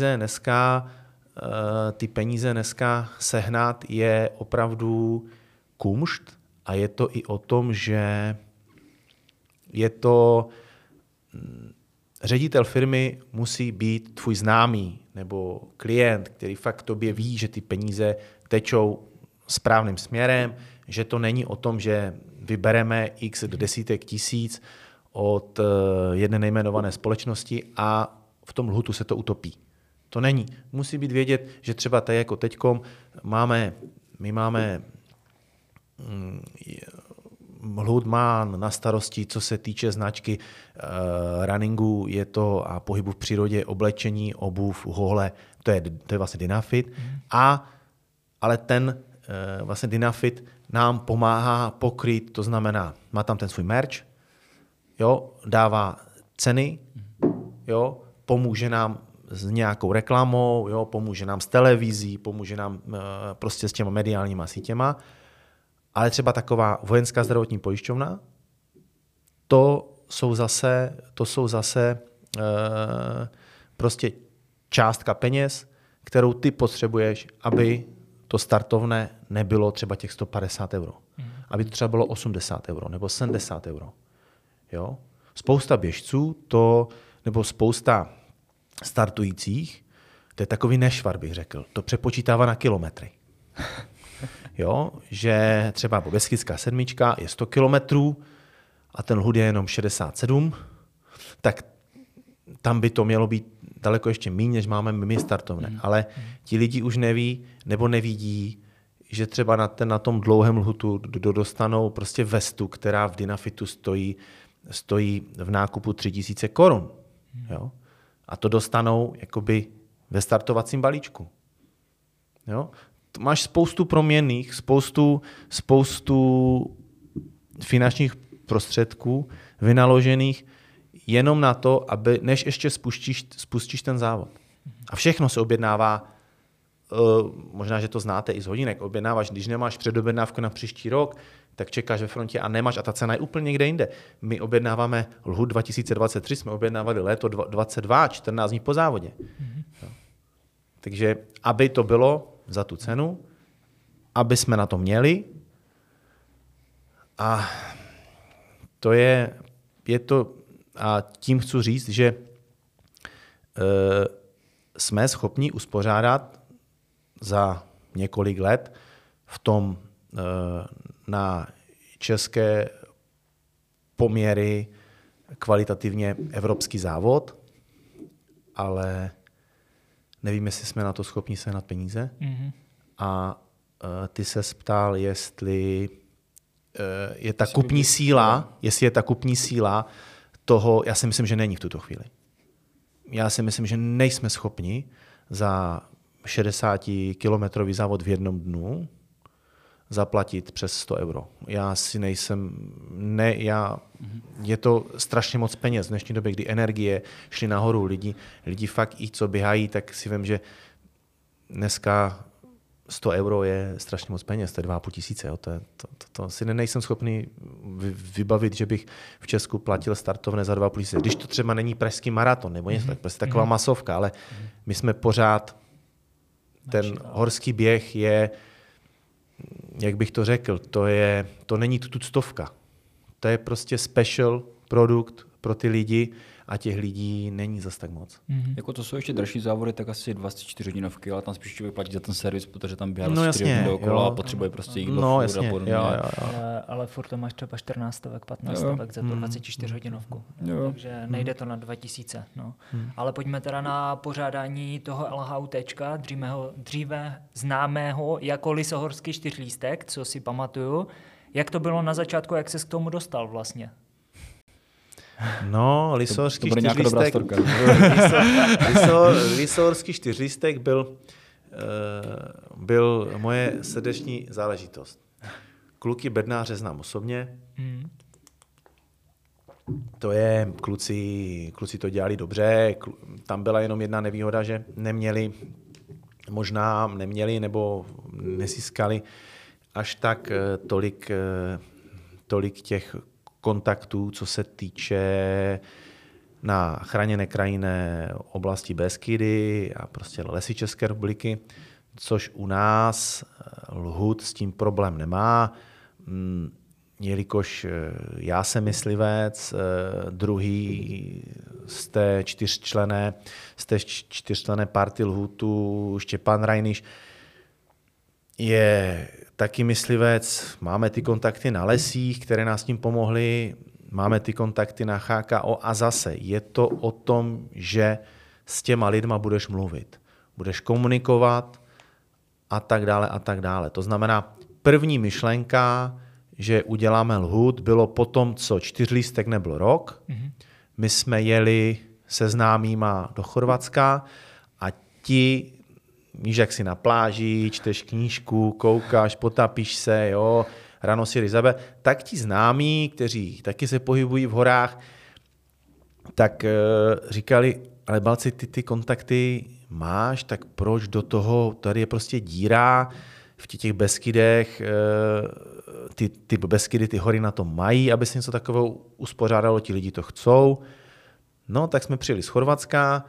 peníze dneska sehnat je opravdu kumšt a je to i o tom, že je to ředitel firmy musí být tvůj známý nebo klient, který fakt tobě ví, že ty peníze tečou správným směrem, že to není o tom, že vybereme x desítek tisíc od jedné nejmenované společnosti a v tom lhutu se to utopí. To není. Musí být vědět, že třeba tady jako teďkom my máme Lhut má na starosti, co se týče značky runningu, je to a pohybu v přírodě, oblečení, obuv, hole, to je vlastně Dynafit. Ale ten vlastně Dynafit nám pomáhá pokryt, to znamená, má tam ten svůj merch, jo, dává ceny, jo, pomůže nám s nějakou reklamou, jo, pomůže nám s televizí, pomůže nám prostě s těma mediálníma sítěma. Ale třeba taková vojenská zdravotní pojišťovna, to jsou zase prostě částka peněz, kterou ty potřebuješ, aby to startovné nebylo třeba těch 150 €. Aby to třeba bylo 80 € nebo 70 €. Jo? Spousta běžců, nebo spousta startujících, to je takový nešvar, bych řekl. To přepočítává na kilometry. Jo, že třeba Beskická sedmička je 100 kilometrů a ten Lhut je jenom 67, tak tam by to mělo být daleko ještě méně, než máme my startovné. Ale ti lidi už neví nebo nevidí, že třeba na tom dlouhém Lhutu dostanou prostě vestu, která v Dynafitu stojí v nákupu 3000 korun. Jo? A to dostanou jakoby ve startovacím balíčku. Jo? Máš spoustu proměnných, spoustu finančních prostředků vynaložených jenom na to, aby než ještě spustíš ten závod. A všechno se objednává, možná, že to znáte i z hodinek, objednáváš, když nemáš předobjednávku na příští rok, tak čekáš ve frontě a nemáš a ta cena je úplně někde jinde. My objednáváme Lhut 2023, jsme objednávali léto 22, 14 dní po závodě. Jo. Takže aby to bylo za tu cenu, aby jsme na to měli. A to je to, a tím chci říct, že jsme schopni uspořádat za několik let v tom na české poměry kvalitativně evropský závod, ale nevím, jestli jsme na to schopni sehnat peníze. A ty se ptal, jestli je ta kupní síla, toho, já si myslím, že není v tuto chvíli. Já si myslím, že nejsme schopni za 60-kilometrový závod v jednom dnu zaplatit přes 100 €. Já si nejsem, je to strašně moc peněz v dnešní době, kdy energie šly nahoru, lidi fakt i co běhají, tak si vím, že dneska 100 € je strašně moc peněz, to je 2 500 €. To si nejsem schopný vybavit, že bych v Česku platil startovné za 2 500 €. Když to třeba není pražský maraton nebo něco, tak prostě taková masovka, ale my jsme pořád, ten horský běh je, jak bych to řekl, to není tuctovka. To je prostě special produkt pro ty lidi a těch lidí není zas tak moc. Jako to jsou ještě dražší závody, tak asi 24 hodinovky, ale tam spíš člověk platí za ten servis, protože tam běhá 4 hodiny dookola a potřebuje prostě jídlo, a podobně. Ale furt to máš třeba 14, 15 za tu 24 hodinovku. Takže nejde to na 2000. No. Ale pojďme teda na pořádání toho LHUTčka, dříve známého jako Lisohorský čtyřlístek, co si pamatuju. Jak to bylo na začátku, jak ses k tomu dostal vlastně? No, Lisohorský čtyřlístek byl moje srdeční záležitost. Kluky bednáře znám osobně. To je, kluci to dělali dobře. Tam byla jenom jedna nevýhoda, že neměli nebo nezískali až tak tolik těch kontaktů, co se týče na chráněné krajinné oblasti Beskidy a prostě lesy České republiky, což u nás Lhut s tím problém nemá, jelikož já jsem myslivec, druhý z té čtyřčlenné party Lhutu, Štěpán Rajniš, je taky myslivec, máme ty kontakty na lesích, které nás tím pomohly, máme ty kontakty na HKO a zase je to o tom, že s těma lidma budeš mluvit, budeš komunikovat a tak dále a tak dále. To znamená, první myšlenka, že uděláme Lhůt, bylo potom, co 4lístek nebyl rok. My jsme jeli se známýma do Chorvatska a ti, víš, jak si na pláži, čteš knížku, koukáš, potapíš se, jo, ráno si ryzabe, tak ti známí, kteří taky se pohybují v horách, tak říkali, ale Balci, ty kontakty máš, tak proč do toho, tady je prostě díra, v těch Beskydech, ty Beskydy, ty hory na to mají, aby se něco takového uspořádalo, ti lidi to chcou. No, tak jsme přijeli z Chorvatska,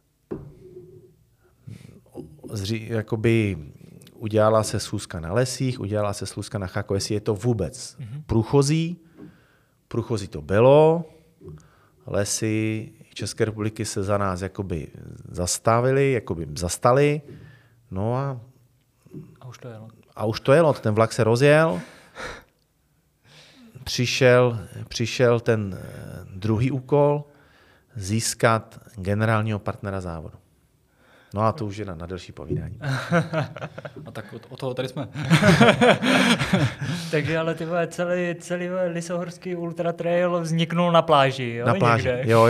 jakoby udělala se schůzka na lesích, udělala se schůzka na HKO, jestli je to vůbec průchozí. Průchozí to bylo, lesy České republiky se za nás jakoby zastavili, jakoby zastali, no a už to jelo, ten vlak se rozjel, přišel ten druhý úkol, získat generálního partnera závodu. No a to už je na delší povídání. No tak o toho tady jsme. Takže ale ty vole, celý Lysohorský ultra trail vzniknul na pláži, jo? Na pláži, jo.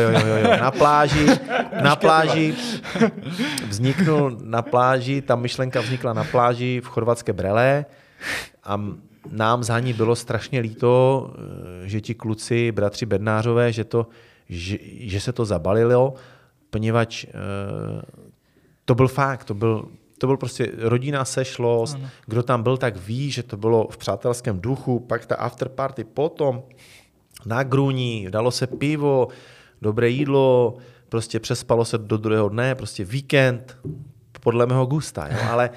Na pláži vzniknul na pláži, ta myšlenka vznikla na pláži v chorvatské Brele a nám za ní bylo strašně líto, že ti kluci, bratři Bednářové, že se to zabalilo, poněvadž to byl fakt, to byl prostě rodinná sešlost, ano. Kdo tam byl, tak ví, že to bylo v přátelském duchu, pak ta afterparty potom na grůni, dalo se pivo, dobré jídlo, prostě přespalo se do druhého dne, prostě víkend, podle mého gusta, jo? Ale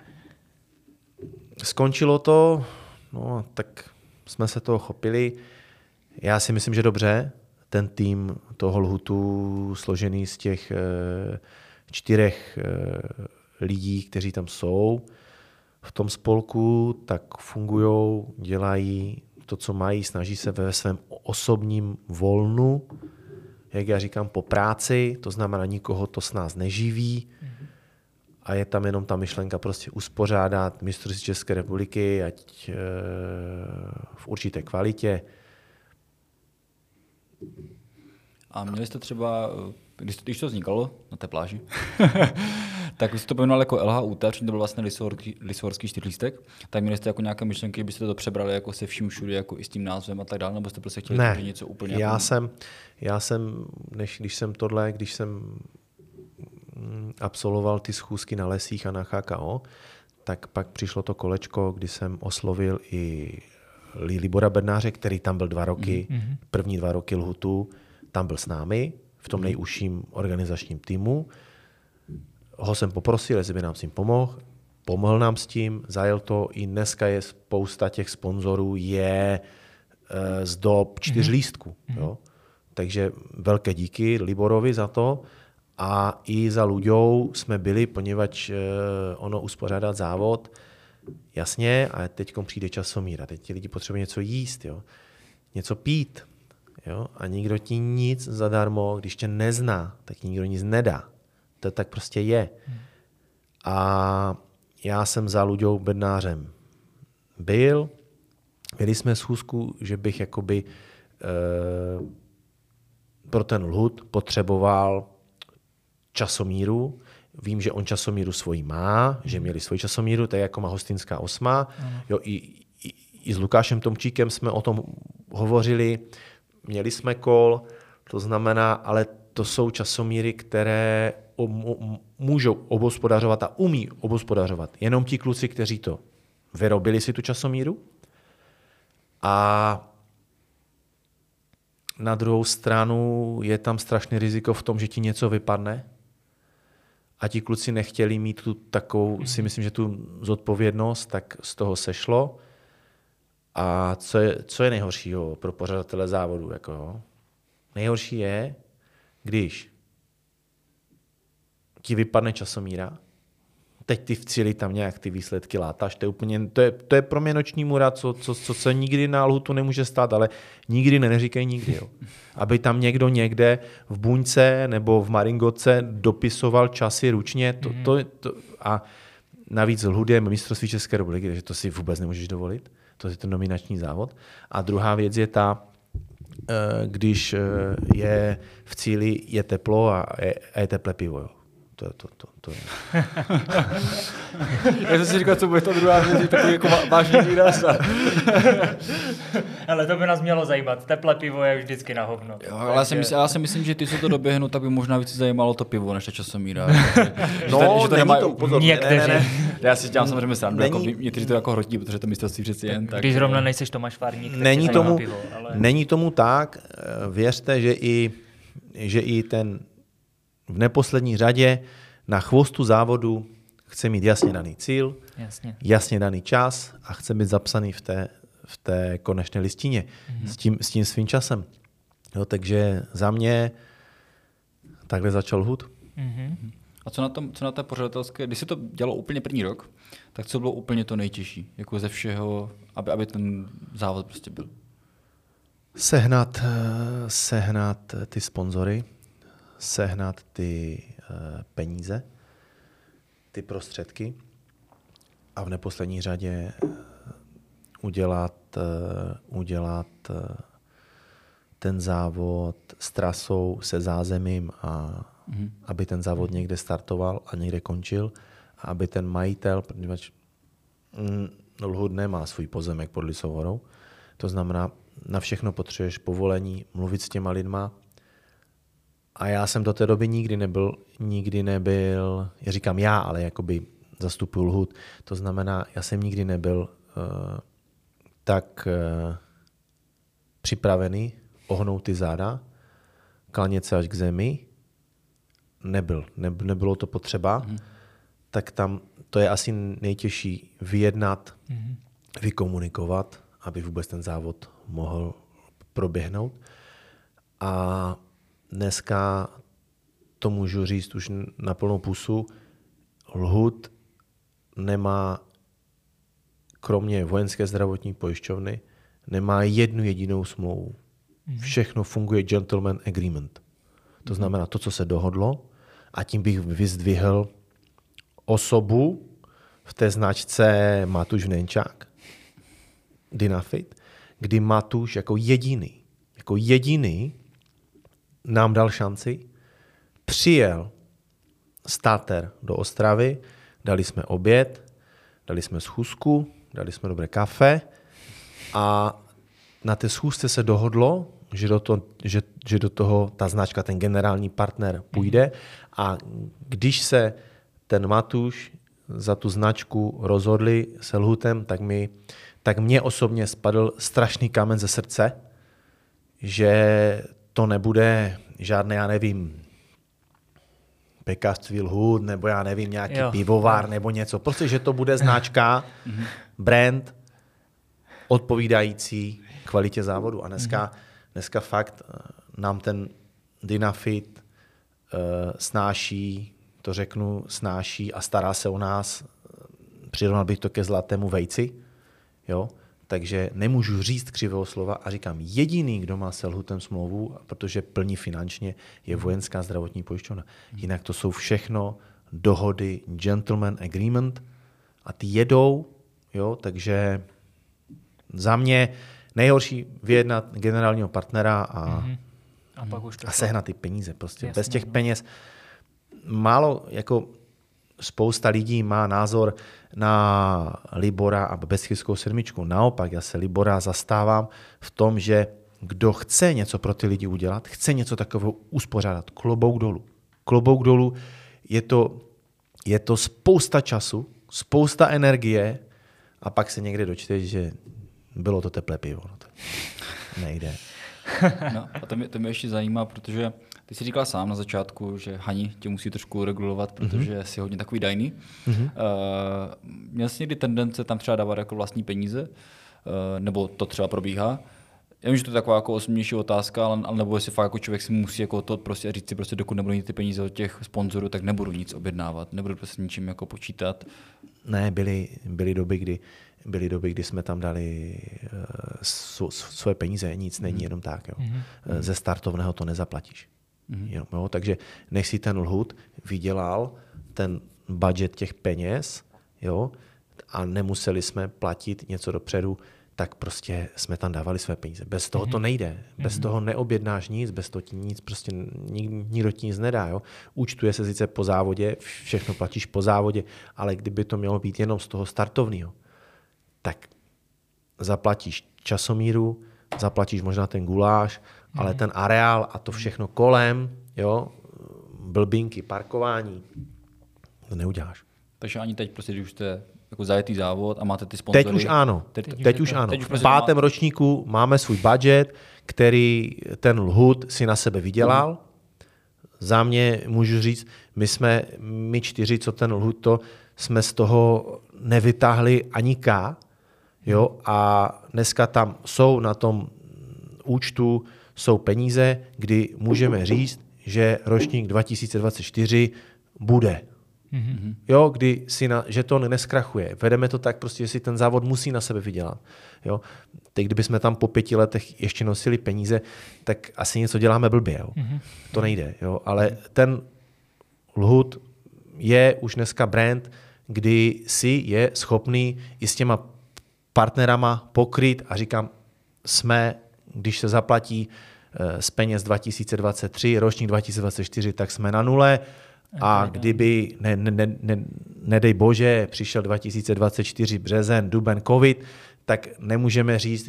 skončilo to, no tak jsme se toho chopili, já si myslím, že dobře, ten tým toho Lhutu složený z těch 4 lidí, kteří tam jsou v tom spolku, tak fungujou, dělají to, co mají, snaží se ve svém osobním volnu, jak já říkám, po práci, to znamená, nikoho to s nás neživí a je tam jenom ta myšlenka prostě uspořádat mistrovství České republiky, ať v určité kvalitě. A měli jste třeba, když to vznikalo na té pláži, tak jste to pojmenoval jako LHUT, to byl vlastně Lysohorský 4lístek, tak měli jste jako nějaké myšlenky, byste to přebrali jako se vším všude, jako i s tím názvem a tak dále, nebo jste prostě chtěli něco úplně... Já jsem, když jsem absolvoval ty schůzky na lesích a na HKO, tak pak přišlo to kolečko, kdy jsem oslovil i Libora Bednáře, který tam byl 2 roky, první 2 roky Lhutu, tam byl s námi, v tom nejužším organizačním týmu. Ho jsem poprosil, jestli by nám s tím pomohl nám s tím, zajel to, i dneska je spousta těch sponzorů, je z dob 4lístků. Jo? Takže velké díky Liborovi za to a i za Luďou jsme byli, poněvadž ono uspořádat závod, jasně, a teď přijde časomír a teď ti lidi potřebují něco jíst, jo? Něco pít. Jo? A nikdo ti nic zadarmo, když tě nezná, tak nikdo nic nedá. To tak prostě je. A já jsem za Luďou Bednářem měli jsme schůzku, že bych jakoby pro ten Lhut potřeboval časomíru. Vím, že on časomíru svoji má, že měli svoji časomíru, tak jako má Hostinská 8. Jo, i s Lukášem Tomčíkem jsme o tom hovořili, měli jsme kol, to znamená, ale to jsou časomíry, které můžou obhospodařovat a umí obhospodařovat jenom ti kluci, kteří to vyrobili si tu časomíru. A na druhou stranu je tam strašný riziko v tom, že ti něco vypadne. A ti kluci nechtěli mít tu takovou, si myslím, že tu zodpovědnost, tak z toho sešlo. A co je nejhoršího pro pořadatele závodu? Nejhorší je, když ti vypadne časomíra, teď ty v cíli tam nějak ty výsledky látáš. To je pro mě noční můra, co se nikdy na lhutu nemůže stát, ale nikdy neříkej nikdy. Jo. Aby tam někdo někde v buňce nebo v maringoce dopisoval časy ručně a navíc lhut je mistrovství České republiky, takže to si vůbec nemůžeš dovolit. To je ten nominační závod. A druhá věc je ta, když je v cíli je teplo a je teplé pivo. Jo. To je. Já jsem si říkal, co bude ta druhá věc, takový jako vážný výraz. Ale to by nás mělo zajímat. Teplé pivo je vždycky na hovno. Jo, ale já si myslím, že ty se to doběhnu, tak by možná víc zajímalo to pivo, než ta časomíra. No, není to upozorně. Někteří. Já si dělám samozřejmě srandu, jako někteří to jako hrotí, protože to mistrovství přeci jen tak. Když zrovna nejseš Tomáš Farník, Není tomu tak. Věřte, že i ten v neposlední řadě na chvostu závodu chce mít jasně daný cíl, jasně daný čas a chce být zapsaný v té konečné listině s tím svým časem. Jo, takže za mě takhle začal hud. A co na té pořadatelské, když si to dělalo úplně první rok, tak co bylo úplně to nejtěžší, jako ze všeho, aby ten závod prostě byl? Sehnat ty sponzory, sehnat ty peníze, ty prostředky a v neposlední řadě udělat ten závod s trasou, se zázemím a aby ten závod někde startoval a někde končil a aby ten majitel, protože Lhůt nemá svůj pozemek pod Lisou horou, to znamená, na všechno potřebuješ povolení, mluvit s těma lidma. A já jsem do té doby nikdy nebyl, já říkám já, ale jakoby zastupuju Lhůt. To znamená, já jsem nikdy nebyl tak připravený ohnout ty záda, klanět se až k zemi. Nebylo to potřeba. Tak tam to je asi nejtěžší vyjednat, vykomunikovat, aby vůbec ten závod mohl proběhnout. A dneska to můžu říct už na plnou pusu. Lhůt nemá, kromě vojenské zdravotní pojišťovny, nemá jednu jedinou smlouvu. Všechno funguje gentleman agreement. To znamená to, co se dohodlo, a tím bych vyzdvihl osobu v té značce Matuš Vnenčák, Dynafit, kdy Matuš jako jediný nám dal šanci, přijel starter do Ostravy, dali jsme oběd, dali jsme schůzku, dali jsme dobré kafe a na té schůzce se dohodlo, že do toho ta značka, ten generální partner půjde a když se ten Matuš za tu značku rozhodli se Lhutem, tak mě osobně spadl strašný kámen ze srdce, že to nebude žádné, já nevím, pekařství Lhůt, nebo já nevím, nějaký pivovár nebo něco. Prostě, že to bude značka, brand odpovídající kvalitě závodu. A dneska fakt nám ten Dynafit snáší a stará se o nás. Přirovnal bych to ke zlatému vejci. Jo? Takže nemůžu říct křivého slova a říkám, jediný, kdo má se Lhutem smlouvu, protože plní finančně, je vojenská zdravotní pojišťovna. Jinak to jsou všechno dohody, gentleman agreement a ty jedou, jo? Takže za mě nejhorší vyjednat generálního partnera a sehnat ty peníze. Prostě. Jasně, bez těch peněz málo, jako spousta lidí má názor na Libora a Beskydovskou sedmičku. Naopak, já se Libora zastávám v tom, že kdo chce něco pro ty lidi udělat, chce něco takového uspořádat, klobouk dolů, je to spousta času, spousta energie a pak se někde dočteš, že bylo to teplé pivo. No to nejde. No, a to mě ještě zajímá, protože ty jsi říkal sám na začátku, že Hani tě musí trošku regulovat, protože jsi hodně takový dajný. Měl jsi někdy tendence tam třeba dávat jako vlastní peníze? Nebo to třeba probíhá? Já vím, že to je taková jako osobnější otázka, ale nebo jestli fakt jako člověk si musí jako to prostě říct si prostě, dokud nebudu mít ty peníze od těch sponzorů, tak nebudu nic objednávat, nebudu prostě ničím jako počítat. Ne, byly doby, kdy jsme tam dali svoje peníze, nic není jenom tak. Jo. Ze startovného to nezaplatíš. Jo, takže než si ten Lhut vydělal ten budget těch peněz, jo, a nemuseli jsme platit něco dopředu, tak prostě jsme tam dávali své peníze. Bez toho to nejde. Bez toho neobjednáš nic, bez toho ti nic, prostě nikdo ti nic nedá. Jo? Účtuje se sice po závodě, všechno platíš po závodě, ale kdyby to mělo být jenom z toho startovního, tak zaplatíš časomíru, zaplatíš možná ten guláš, ale ten areál a to všechno kolem, jo, blbinky, parkování, to neuděláš. Takže ani teď prostě, když už jste jako zajetý závod a máte ty sponzory. Teď už ano. Teď už ano. Teď už v 5. ročníku máme svůj budget, který ten Lhut si na sebe vydělal. Za mě můžu říct, my 4, co ten Lhut, to jsme z toho nevytáhli ani K. Jo? A dneska tam jsou na tom účtu jsou peníze, kdy můžeme říct, že ročník 2024 bude. Jo, kdy že to neskrachuje. Vedeme to tak prostě, že si ten závod musí na sebe vydělat. Jo. Teď, kdybychom tam po 5 letech ještě nosili peníze, tak asi něco děláme blbě. Jo. To nejde. Jo. Ale ten Lhut je už dneska brand, kdy si je schopný i s těma partnerama pokryt a říkám, když se zaplatí z peněz 2023, ročník 2024, tak jsme na nule. A kdyby, nedej bože, přišel 2024 březen, duben, covid, tak nemůžeme říct,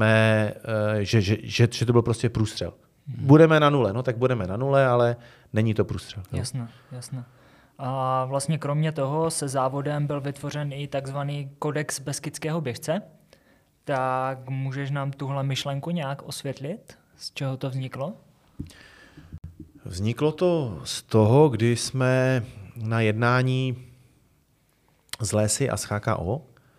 že to byl prostě průstřel. Budeme na nule, no tak budeme na nule, ale není to průstřel. Jasné. A vlastně kromě toho se závodem byl vytvořen i takzvaný kodex Beskydského běžce. Tak můžeš nám tuhle myšlenku nějak osvětlit? Z čeho to vzniklo? Vzniklo to z toho, kdy jsme na jednání s Lesy a s HKO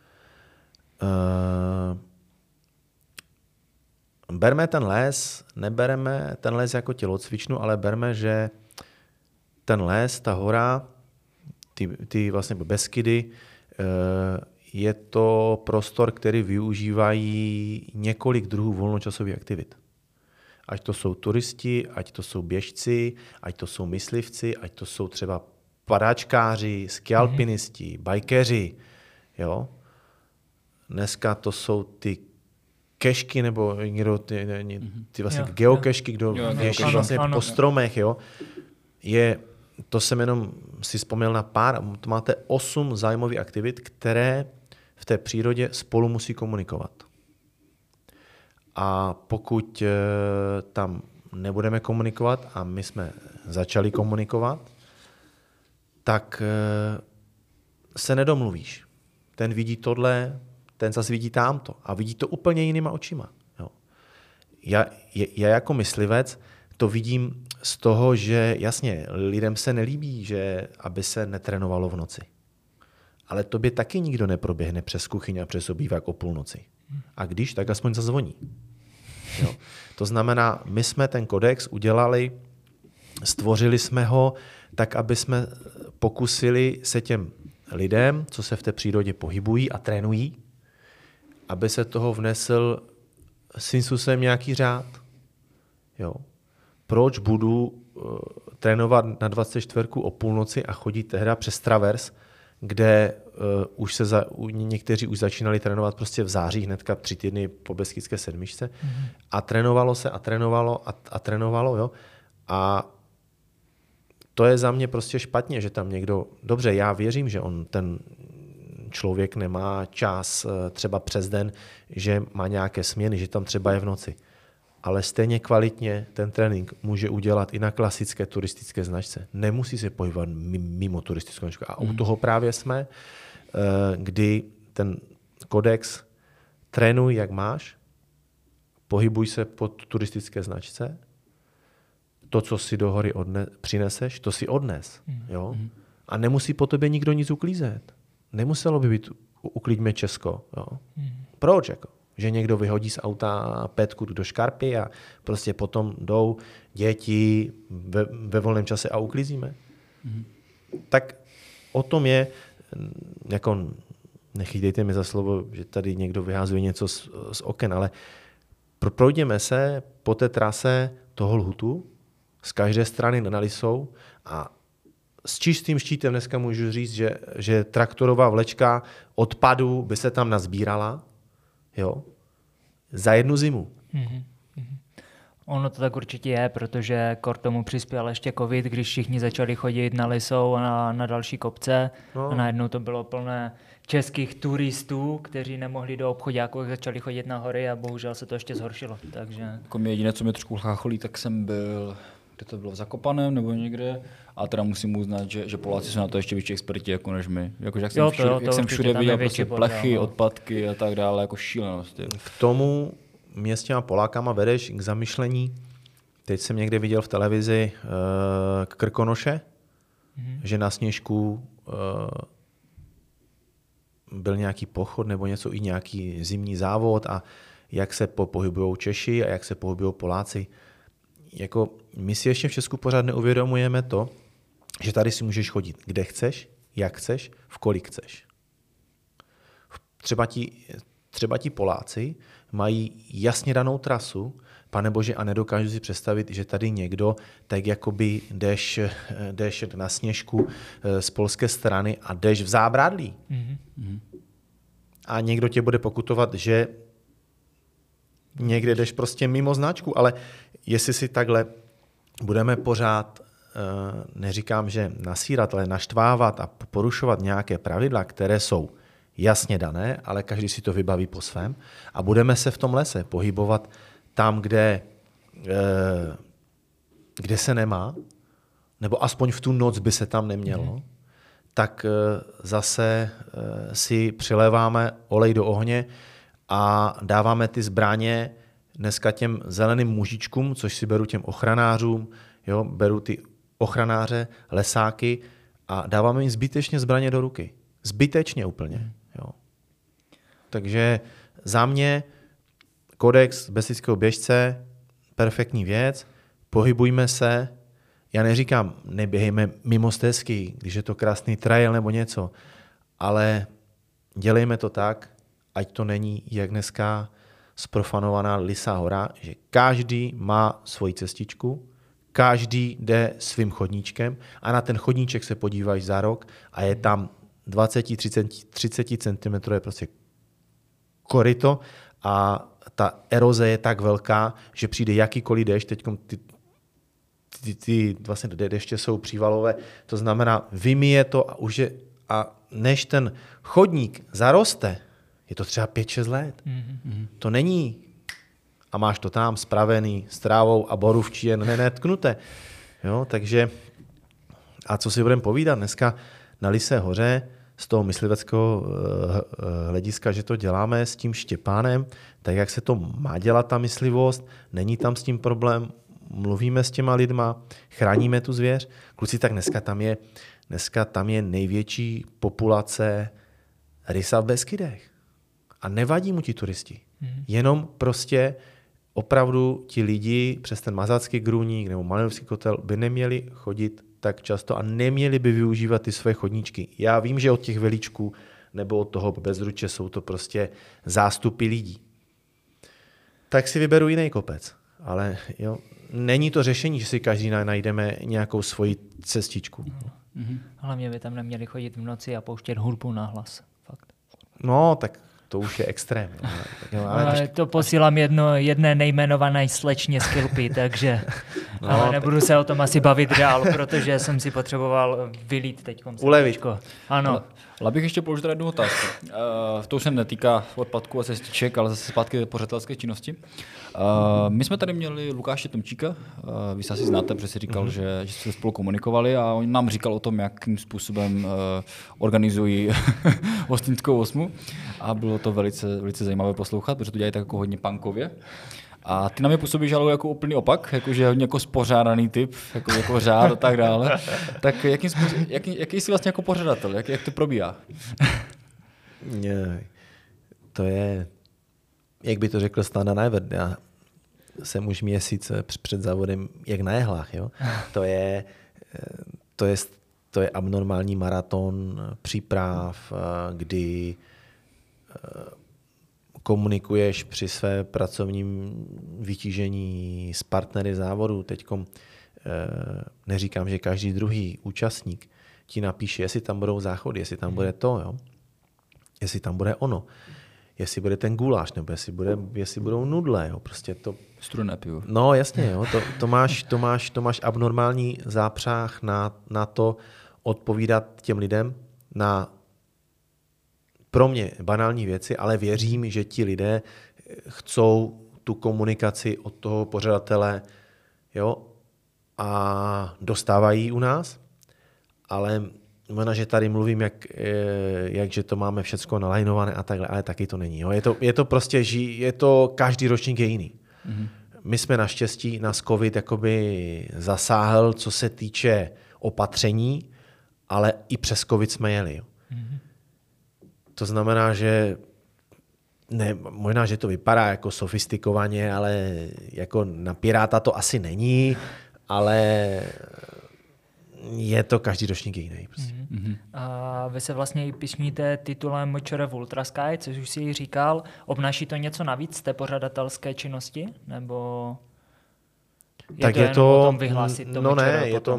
berme ten les, nebereme ten les jako tělocvičnu, ale berme, že ten les, ta hora, ty vlastně Beskydy, je to prostor, který využívají několik druhů volnočasových aktivit. Ať to jsou turisti, ať to jsou běžci, ať to jsou myslivci, ať to jsou třeba padáčkáři, skialpinisti, bajkeři. Jo? Dneska to jsou ty kešky, nebo někdo ty vlastně geokešky, kdo běží vlastně po stromech. Jo? To jsem jenom si vzpomněl na pár, to máte 8 zájmových aktivit, které v té přírodě spolu musí komunikovat. A pokud tam nebudeme komunikovat, a my jsme začali komunikovat, tak se nedomluvíš. Ten vidí tohle, ten zase vidí tamto. A vidí to úplně jinýma očima. Jo. Já jako myslivec to vidím z toho, že jasně, lidem se nelíbí, že aby se netrénovalo v noci. Ale tobě taky nikdo neproběhne přes kuchyň a přes obývák o půlnoci. A když, tak aspoň zazvoní. Jo. To znamená, my jsme ten kodex udělali, stvořili jsme ho tak, aby jsme pokusili se těm lidem, co se v té přírodě pohybují a trénují, aby se toho vnesl svým způsobem nějaký řád. Jo. Proč budu trénovat na 24 o půlnoci a chodit tehda přes travers, kde někteří už začínali trénovat prostě v září, hnedka 3 týdny po Beskydské sedmičce. A trénovalo se a trénovalo. Jo? A to je za mě prostě špatně, že tam někdo... Dobře, já věřím, že ten člověk nemá čas třeba přes den, že má nějaké směny, že tam třeba je v noci. Ale stejně kvalitně ten trénink může udělat i na klasické turistické značce. Nemusí se pohybovat mimo turistickou značku. A u toho právě jsme, kdy ten kodex trénuj, jak máš, pohybuj se po turistické značce, to, co si do hory přineseš, to si odnes. Jo? A nemusí po tobě nikdo nic uklízet. Nemuselo by být uklíďme Česko. Jo? Proč? Jako? Že někdo vyhodí z auta petku do škarpy a prostě potom jdou děti ve volném čase a uklízíme. Tak o tom je, jako nechytejte mi za slovo, že tady někdo vyházuje něco z oken, ale projděme se po té trase toho lhutu, z každé strany na Lisou a s čistým štítem dneska můžu říct, že traktorová vlečka odpadu by se tam nazbírala, jo, za jednu zimu. Ono to tak určitě je, protože k tomu přispěl ještě covid, když všichni začali chodit na Lisou a na další kopce a najednou to bylo plné českých turistů, kteří nemohli do obchoďáků, jak začali chodit na hory a bohužel se to ještě zhoršilo. Takže... Jako jediné, co mě trošku chácholí, tak jsem byl, kde to bylo, v Zakopaném nebo někde, a teda musím uznat, že Poláci jsou na to ještě větší experti jako než my. Jako, jak jsem všude viděl prostě plechy, odpadky a tak dále, jako šílenost. K tomu mě s těma Polákama vedeš k zamyšlení. Teď jsem někde viděl v televizi Krkonoše, že na Sněžku byl nějaký pochod nebo něco, i nějaký zimní závod a jak se pohybují Češi a jak se pohybují Poláci. Jako my si ještě v Česku pořád neuvědomujeme to, že tady si můžeš chodit kde chceš, jak chceš, v kolik chceš. Třeba ti Poláci mají jasně danou trasu, panebože, a nedokážu si představit, že tady někdo, tak jakoby jdeš na Sněžku z polské strany a jdeš v zábradlí. A někdo tě bude pokutovat, že někde jdeš prostě mimo značku, ale jestli si takhle budeme pořád, neříkám, že nasírat, ale naštvávat a porušovat nějaké pravidla, které jsou jasně dané, ale každý si to vybaví po svém a budeme se v tom lese pohybovat tam, kde se nemá, nebo aspoň v tu noc by se tam nemělo, tak zase si přiléváme olej do ohně a dáváme ty zbraně dneska těm zeleným mužičkům, což si beru těm ochranářům, jo, beru ty ochranáře, lesáky a dáváme jim zbytečně zbraně do ruky. Zbytečně úplně. Jo. Takže za mě kodex bestického běžce, perfektní věc, pohybujme se, já neříkám, neběhejme mimo stezky, když je to krásný trail nebo něco, ale dělejme to tak, ať to není, jak dneska zprofanovaná Lisá hora, že každý má svoji cestičku, každý jde svým chodníčkem a na ten chodníček se podíváš za rok a je tam 20-30 cm je prostě koryto a ta eroze je tak velká, že přijde jakýkoliv déšť, teď ty vlastně deště jsou přívalové, to znamená vymije to a než ten chodník zaroste, je to třeba 5-6 let. To není a máš to tam spravený s trávou a borůvčí je netknuté. Jo, takže a co si budeme povídat dneska na Lisé hoře z toho mysliveckého hlediska, že to děláme s tím Štěpánem, tak jak se to má dělat ta myslivost, není tam s tím problém, mluvíme s těma lidma, chráníme tu zvěř. Kluci, tak dneska tam je největší populace rysa v Beskydech. A nevadí mu ti turisti. Jenom prostě opravdu ti lidi přes ten Mazácký grůník nebo Malinovský kotel by neměli chodit tak často a neměli by využívat ty své chodníčky. Já vím, že od těch velíčků nebo od toho Bezruče jsou to prostě zástupy lidí. Tak si vyberu jiný kopec. Ale jo, není to řešení, že si každý najdeme nějakou svoji cestičku. Hlavně by tam neměli chodit v noci a pouštět hudbu na hlas. Fakt. No, tak to už je extrém. Ale to posílám jedné nejmenované slečně z Kilpy, takže ale nebudu se o tom asi bavit dál, protože jsem si potřeboval vylít teď. Ulevit. Ano. Ale bych ještě položil jednu otázku. To už se netýká odpadku a cestiček, ale zase zpátky do pořadatelské činnosti. My jsme tady měli Lukáše Tomčíka, vy se asi znáte, protože si říkal, že jste spolu komunikovali a on nám říkal o tom, jakým způsobem organizují Hostinskou osmu a bylo to velice, velice zajímavé poslouchat, protože to dělají tak jako hodně punkově. A ty na mě působíš ale jako úplný opak, jakože hodně jako spořádaný typ, jako řád a tak dále. Tak jaký jsi vlastně jako pořadatel? Jak to probíhá? To je jak by to řekl Standa Najvert, já jsem už měsíc před závodem jak na jehlách. Jo? To je abnormální maraton příprav, kdy komunikuješ při své pracovním vytížení s partnery závodu. Teďkom neříkám, že každý druhý účastník ti napíše, jestli tam budou záchody, jestli tam bude to, jo? Jestli tam bude ono, jestli bude ten guláš, nebo jestli budou nudle. Jo? Prostě to... Studené pivo. No jasně, jo? To máš abnormální zápřah na to odpovídat těm lidem na pro mě banální věci, ale věřím, že ti lidé chcou tu komunikaci od toho pořadatele, jo, a dostávají u nás, ale možná, že tady mluvím, jak že to máme všecko nalajnované a takhle, ale taky to není. Jo. Je to prostě, každý ročník je jiný. Mm-hmm. My jsme naštěstí nás covid jakoby zasáhl, co se týče opatření, ale i přes covid jsme jeli. Jo. Mm-hmm. To znamená, že ne, možná, že to vypadá jako sofistikovaně, ale jako na Piráta to asi není, ale je to každý ročník jiný. Prostě. Mm-hmm. A vy se vlastně i pišníte titulem MČR v Ultrasky, což už si říkal. Obnáší to něco navíc z té pořadatelské činnosti? Nebo tak je to o tom vyhlásit to no MČR ne, potom?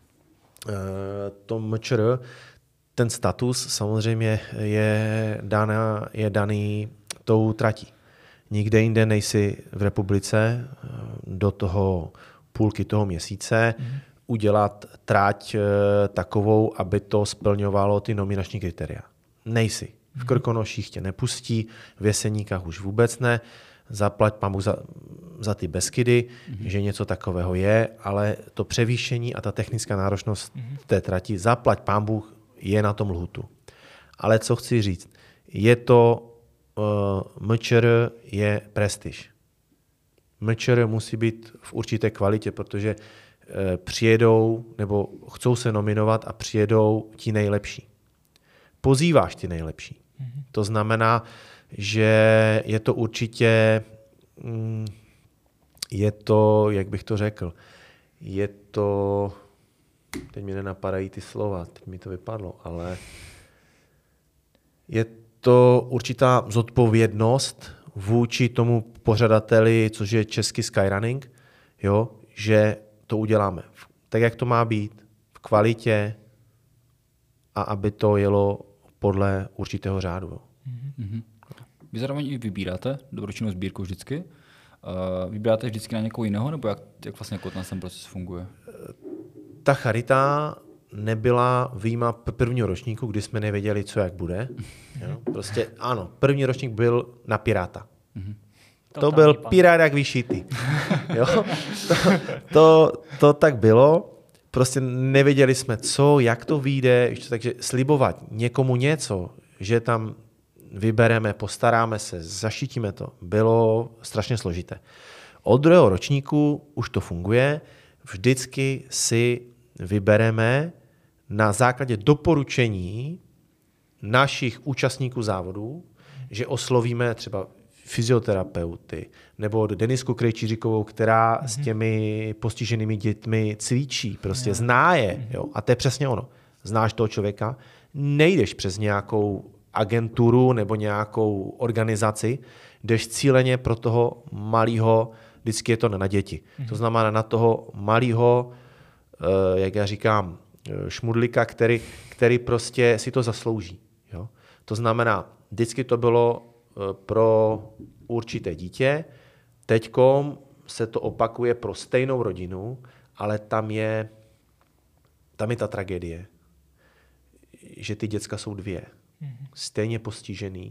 To MČR, ten status samozřejmě je daný tou tratí. Nikde jinde nejsi v republice do toho půlky toho měsíce udělat trať takovou, aby to splňovalo ty nominační kritéria. Nejsi. V Krkonoších tě nepustí, v Jeseníkách už vůbec ne. Zaplať pamuk za ty Beskydy, že něco takového je, ale to převýšení a ta technická náročnost té trati, zaplať pamuk, je na tom lhutu. Ale co chci říct, je to MČR je prestiž. MČR musí být v určité kvalitě, protože přijedou nebo chcou se nominovat a přijedou ti nejlepší. Pozýváš ti nejlepší. To znamená, že je to určitě, je to, jak bych to řekl, je to, teď mi nenapadají ty slova, teď mi to vypadlo, ale je to určitá zodpovědnost vůči tomu pořadateli, což je český Skyrunning, jo, že to uděláme tak, jak to má být, v kvalitě a aby to jelo podle určitého řádu. Jo. Mm-hmm. Vy zároveň i vybíráte dobročinnou sbírku vždycky. Vybíráte vždycky na někoho jiného, nebo jak vlastně ten proces funguje? Ta charita nebyla vyjma prvního ročníku, kdy jsme nevěděli, co jak bude. Jo? Prostě ano, první ročník byl na Piráta. Mm-hmm. To byl Pirát jak vyšitý. Jo? To tak bylo. Prostě nevěděli jsme, co, jak to vyjde. Takže slibovat někomu něco, že tam vybereme, postaráme se, zaštítíme to, bylo strašně složité. Od druhého ročníku už to funguje. Vždycky si vybereme na základě doporučení našich účastníků závodů, že oslovíme třeba fyzioterapeuty nebo Denisku Krejčíříkovou, která s těmi postiženými dětmi cvičí, prostě zná je. Jo? A to je přesně ono. Znáš toho člověka, nejdeš přes nějakou agenturu nebo nějakou organizaci, jdeš cíleně pro toho malého, vždycky je to na děti. To znamená na toho malého, jak já říkám, šmudlíka, který prostě si to zaslouží. Jo? To znamená, vždycky to bylo pro určité dítě, teďkom se to opakuje pro stejnou rodinu, ale tam je ta tragédie, že ty děcka jsou dvě. Stejně postižený,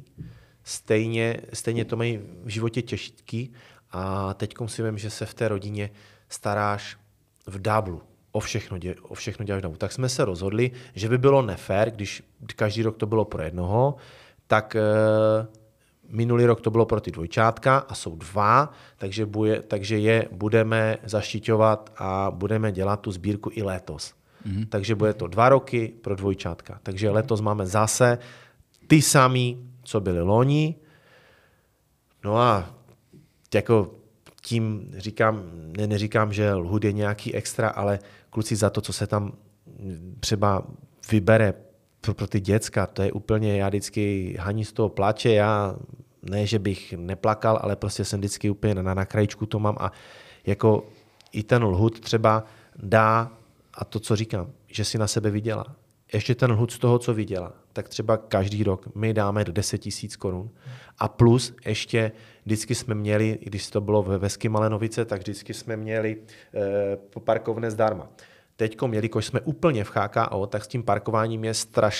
stejně to mají v životě těžký a teďkom si vím, že se v té rodině staráš v dáblu. O všechno děláš dáblu. Tak jsme se rozhodli, že by bylo nefér, když každý rok to bylo pro jednoho, tak minulý rok to bylo pro ty dvojčátka a jsou dva, takže je budeme zaštiťovat a budeme dělat tu sbírku i letos. Mm-hmm. Takže bude to 2 roky pro dvojčátka. Takže letos máme zase ty samý, co byli loni. No a jako tím neříkám, že Lhůt je nějaký extra, ale kluci za to, co se tam třeba vybere pro ty děcka, to je úplně, já vždycky Hani z toho pláče, já ne, že bych neplakal, ale prostě jsem vždycky úplně na krajičku to mám a jako i ten Lhůt třeba dá, a to, co říkám, že si na sebe vydělá. Ještě ten Lhůt z toho, co vydělá, tak třeba každý rok my dáme 10 000 korun a plus ještě vždycky jsme měli, když to bylo ve Vesky Malenovice, tak vždycky jsme měli parkovné zdarma. Teďkom, jelikož jsme úplně v HKO, tak s tím parkováním je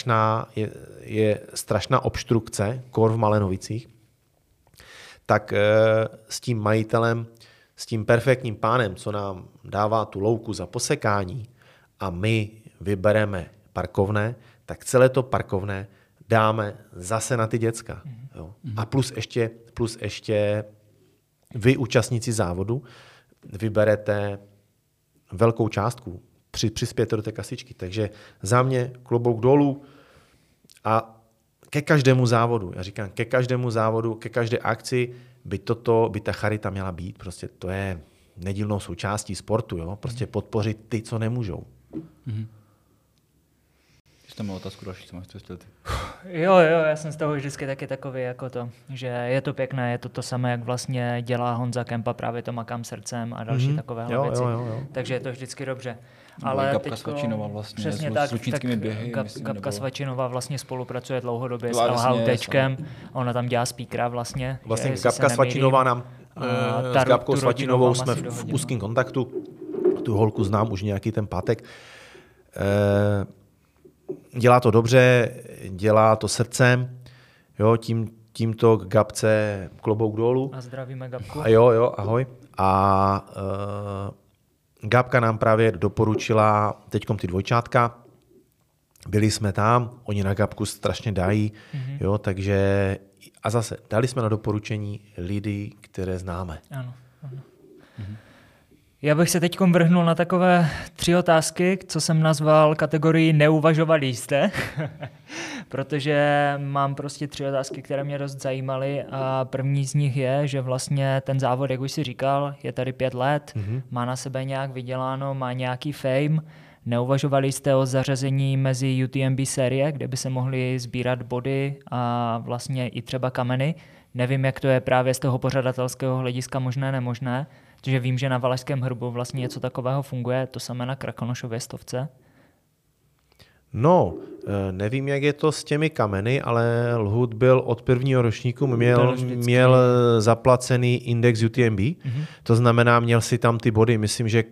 strašná obstrukce, kor v Malenovicích, tak s tím majitelem, s tím perfektním pánem, co nám dává tu louku za posekání a my vybereme parkovné, tak celé to parkovné dáme zase na ty děcka. Jo. A plus ještě vy, účastníci závodu, vyberete velkou částku, přispějete do té kasičky. Takže za mě klobouk dolů a ke každému závodu, já říkám, ke každému závodu, ke každé akci by ta charita měla být. Prostě to je nedílnou součástí sportu, jo? Prostě podpořit ty, co nemůžou. Jste měl otázku další, co máš ty? Jo, já jsem z toho vždycky taky takový jako to, že je to pěkné, je to samé, jak vlastně dělá Honza Kempa, právě to Makám srdcem a další takovéhle věci. Jo. Takže je to vždycky dobře. Ale Gabka Svačinová vlastně přesně s lučnickými běhy. Gabka Svačinová vlastně spolupracuje dlouhodobě s LHUTčkem, ona tam dělá speakera vlastně. Vlastně Gabka Svačinová nám, s Gabkou Svačinovou jsme v úzkém kontaktu, tu holku znám už nějaký ten pátek. Dělá to dobře, dělá to srdcem, jo, tímto k Gabce klobouk dolů. A zdravíme Gabku. A jo, ahoj. A Gabka nám právě doporučila teďkom ty dvojčátka. Byli jsme tam, oni na Gabku strašně dají, jo, takže a zase dali jsme na doporučení lidi, které známe. Ano. Já bych se teď vrhnul na takové 3 otázky, co jsem nazval kategorii neuvažovali jste, protože mám prostě 3 otázky, které mě dost zajímaly a první z nich je, že vlastně ten závod, jak už si říkal, je tady 5 let, má na sebe nějak vyděláno, má nějaký fame. Neuvažovali jste o zařazení mezi UTMB série, kde by se mohly sbírat body a vlastně i třeba kameny? Nevím, jak to je právě z toho pořadatelského hlediska možné, nemožné, protože vím, že na Valašském hrbu vlastně něco takového funguje, to samé na Krakonošově 100. No, nevím, jak je to s těmi kameny, ale Lhůt byl od prvního ročníku, měl zaplacený index UTMB, to znamená, měl si tam ty body, myslím, že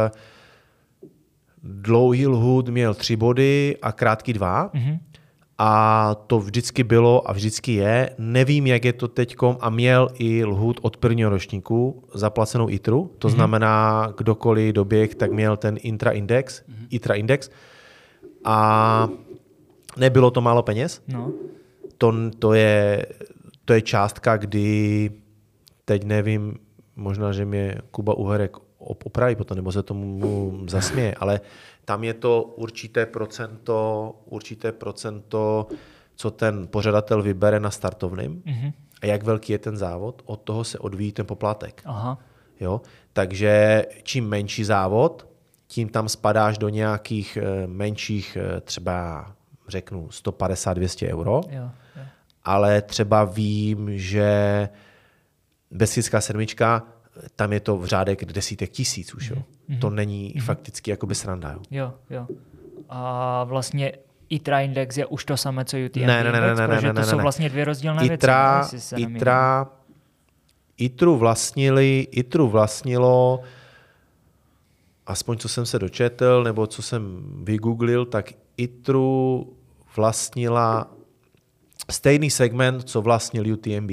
dlouhý Lhůt měl 3 body a krátký 2. A to vždycky bylo a vždycky je. Nevím, jak je to teďkom a měl i Lhůt od prvního ročníku zaplacenou ITRu. To znamená, kdokoliv doběh, tak měl ten ITRA index. A nebylo to málo peněz. No. To je částka, kdy teď nevím, možná, že mě Kuba Uherek opraví potom, nebo se tomu zasměje, ale tam je to určité procento, co ten pořadatel vybere na startovným a jak velký je ten závod, od toho se odvíjí ten poplatek. Aha. Jo? Takže čím menší závod, tím tam spadáš do nějakých menších, třeba řeknu 150-200 euro, Jo. ale třeba vím, že Beskidská 7, tam je to v řádek desítek tisíc už. Jo. To není fakticky jakoby sranda. Jo. A vlastně ITRA index je už to samé, co UTMB index, protože to jsou vlastně 2 rozdílné věci. ITRu vlastnilo, aspoň co jsem se dočetl, nebo co jsem vygooglil, tak ITRu vlastnila stejný segment, co vlastnil UTMB.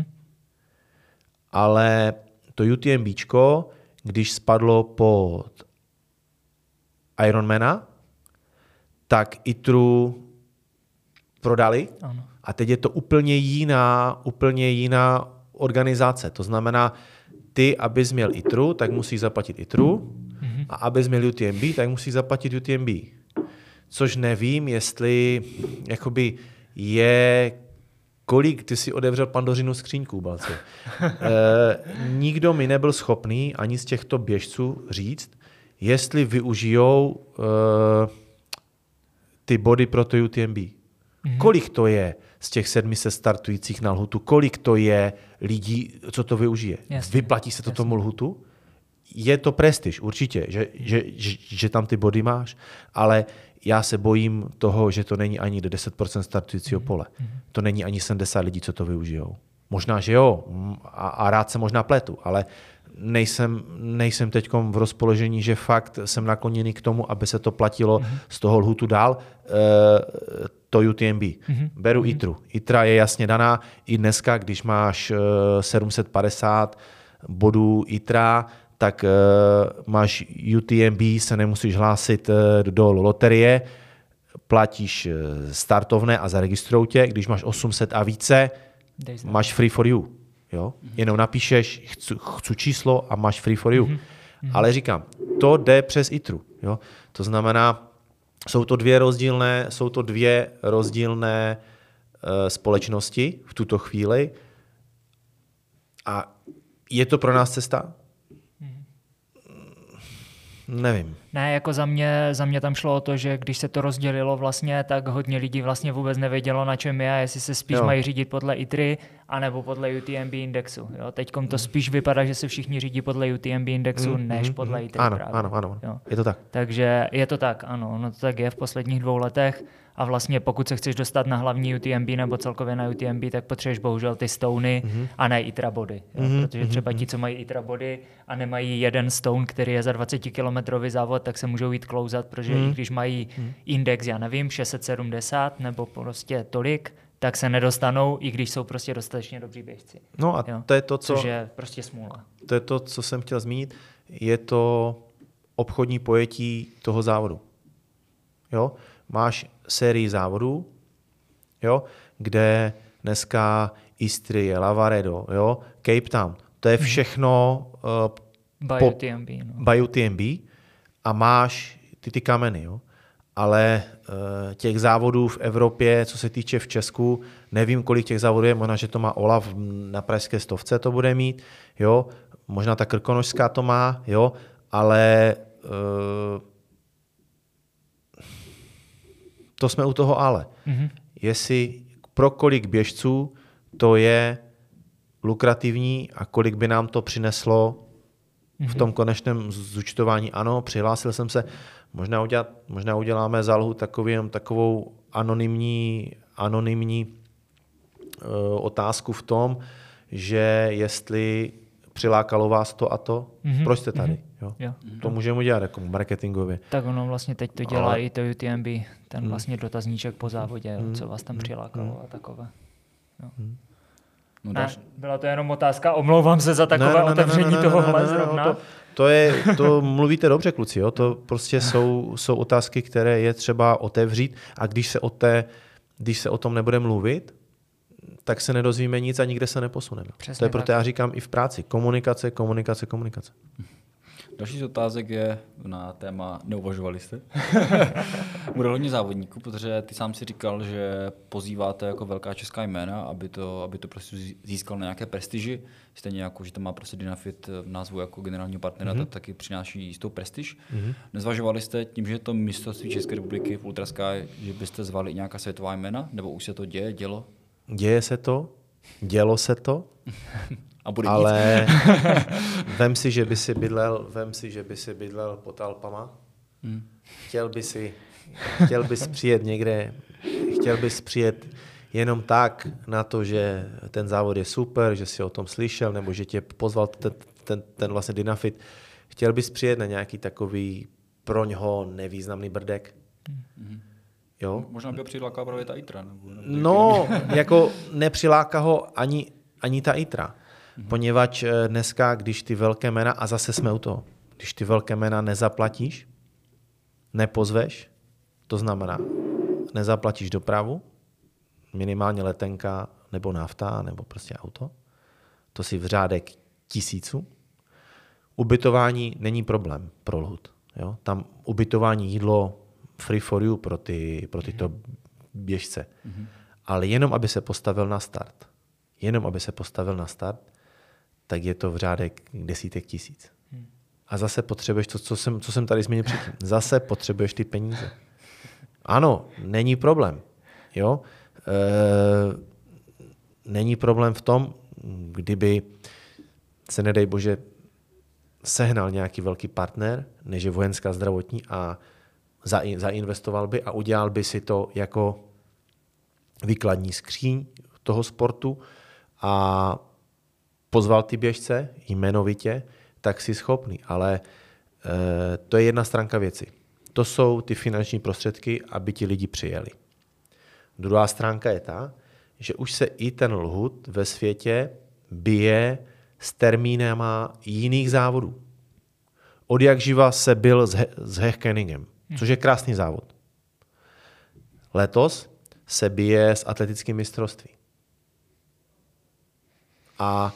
Ale to UTMBčko, když spadlo pod Ironmana, tak ITRu prodali. Ano. A teď je to úplně jiná organizace. To znamená, ty, abys měl ITRu, tak musíš zaplatit ITRu a abys měl UTMB, tak musíš zaplatit UTMB. Což nevím, jestli jakoby je kolik ty si otevřel Pandořinu skříňku, Balci. Nikdo mi nebyl schopný ani z těchto běžců říct, jestli využijou ty body pro to UTMB. Kolik to je z těch 700 startujících na lhutu, kolik to je lidí, co to využije. Jasně. Vyplatí se to tomu lhutu? Je to prestiž, určitě, že tam ty body máš, ale já se bojím toho, že to není ani 10% startujícího pole. To není ani 70 lidí, co to využijou. Možná, že jo, a rád se možná pletu, ale nejsem teď v rozpoložení, že fakt jsem nakloněný k tomu, aby se to platilo z toho lhutu dál, to UTMB. Beru ITRu. ITRA je jasně daná. I dneska, když máš 750 bodů ITRA, tak máš UTMB, se nemusíš hlásit do loterie, platíš startovné a zaregistrujou tě. Když máš 800 a více, máš free for you. Jo? Jenom napíšeš, chci číslo a máš free for you. Ale říkám, to jde přes ITRu. Jo? To znamená, jsou to dvě rozdílné společnosti v tuto chvíli a je to pro nás cesta? Nevím. Ne, jako za mě tam šlo o to, že když se to rozdělilo vlastně, tak hodně lidí vlastně vůbec nevědělo, na čem je a jestli se spíš mají řídit podle ITRY anebo podle UTMB indexu. Teďkom to spíš vypadá, že se všichni řídí podle UTMB indexu, než podle ITRY. Ano. Je to tak. Takže je to tak, ano. No to tak je v posledních 2 letech a vlastně pokud se chceš dostat na hlavní UTMB nebo celkově na UTMB, tak potřebuješ bohužel ty stony a ne ITRA body. Protože třeba ti, co mají ITRA body a nemají jeden stone, který je za 20-kilometrový závod, tak se můžou jít klouzat, protože i když mají index, já nevím, 670 nebo prostě tolik, tak se nedostanou, i když jsou prostě dostatečně dobří běžci. No a to je to, což je prostě smůla. To je to, co jsem chtěl zmínit. Je to obchodní pojetí toho závodu. Jo? Máš sérii závodů, jo? Kde dneska Istrie, Lavaredo, jo? Cape Town. To je všechno by UTMB a máš ty kameny. Jo? Ale těch závodů v Evropě, co se týče v Česku, nevím, kolik těch závodů je, možná, že to má Olaf na pražské 100 to bude mít, jo? Možná ta krkonožská to má, jo? Ale to jsme u toho ale. Jestli pro kolik běžců to je lukrativní a kolik by nám to přineslo v tom konečném zúčtování. Ano, přihlásil jsem se, možná uděláme zálohu takovou anonymní otázku v tom, že jestli přilákalo vás to a to, proč jste tady? Jo. To můžeme udělat jako marketingově. Tak ono vlastně teď to dělá i to UTMB, ten vlastně dotazníček po závodě, co vás tam přilákalo a takové. Jo. No ne, byla to jenom otázka, omlouvám se za takové otevření tohohle zrovna. To mluvíte dobře, kluci, jo? To prostě jsou otázky, které je třeba otevřít a když se o tom nebude mluvit, tak se nedozvíme nic a nikde se neposuneme. Přesně to je proto já říkám i v práci. Komunikace. Další z otázek je na téma neuvažovali jste? Bude hodně závodníků, protože ty sám si říkal, že pozýváte jako velká česká jména, aby to prostě získal na nějaké prestiži. Stejně jako, že to má prostě Dynafit v názvu jako generálního partnera, tak taky přináší jistou prestiž. Nezvažovali jste tím, že je to mistrovství České republiky v Ultrasky, že byste zvali i nějaká světová jména? Nebo už se to dělo? Děje se to, dělo se to. A bude ale vem si, že by si bydlel pod Alpama. Chtěl bys přijet někde, chtěl bys přijet jenom tak na to, že ten závod je super, že jsi o tom slyšel, nebo že tě pozval ten vlastně Dynafit. Chtěl bys přijet na nějaký takový pro něho nevýznamný brdek? Jo? Možná by ho přilákala právě ta ITRA. No, jako nepřiláká ho ani ta ITRA. Poněvadž dneska, když ty velké jména, a zase jsme u toho, když ty velké jména nezaplatíš, nepozveš, to znamená, nezaplatíš dopravu, minimálně letenka, nebo nafta, nebo prostě auto, to si v řádek 1000. Ubytování není problém pro lhut. Jo? Tam ubytování, jídlo, free for you pro tyto běžce. ale jenom aby se postavil na start, tak je to v řádek desítek tisíc. A zase potřebuješ to, co jsem tady zmínil předtím. Zase potřebuješ ty peníze. Ano, není problém. Jo? Není problém v tom, kdyby se, nedej bože, sehnal nějaký velký partner, než je Vojenská zdravotní a zainvestoval by a udělal by si to jako výkladní skříň toho sportu a pozval ty běžce jmenovitě, tak jsi schopný. Ale to je jedna stránka věci. To jsou ty finanční prostředky, aby ti lidi přijeli. Druhá stránka je ta, že už se i ten Lhut ve světě bije s termínama jiných závodů. Od jak živa se byl s Hechkeningem, což je krásný závod. Letos se bije s atletickým mistrovství. A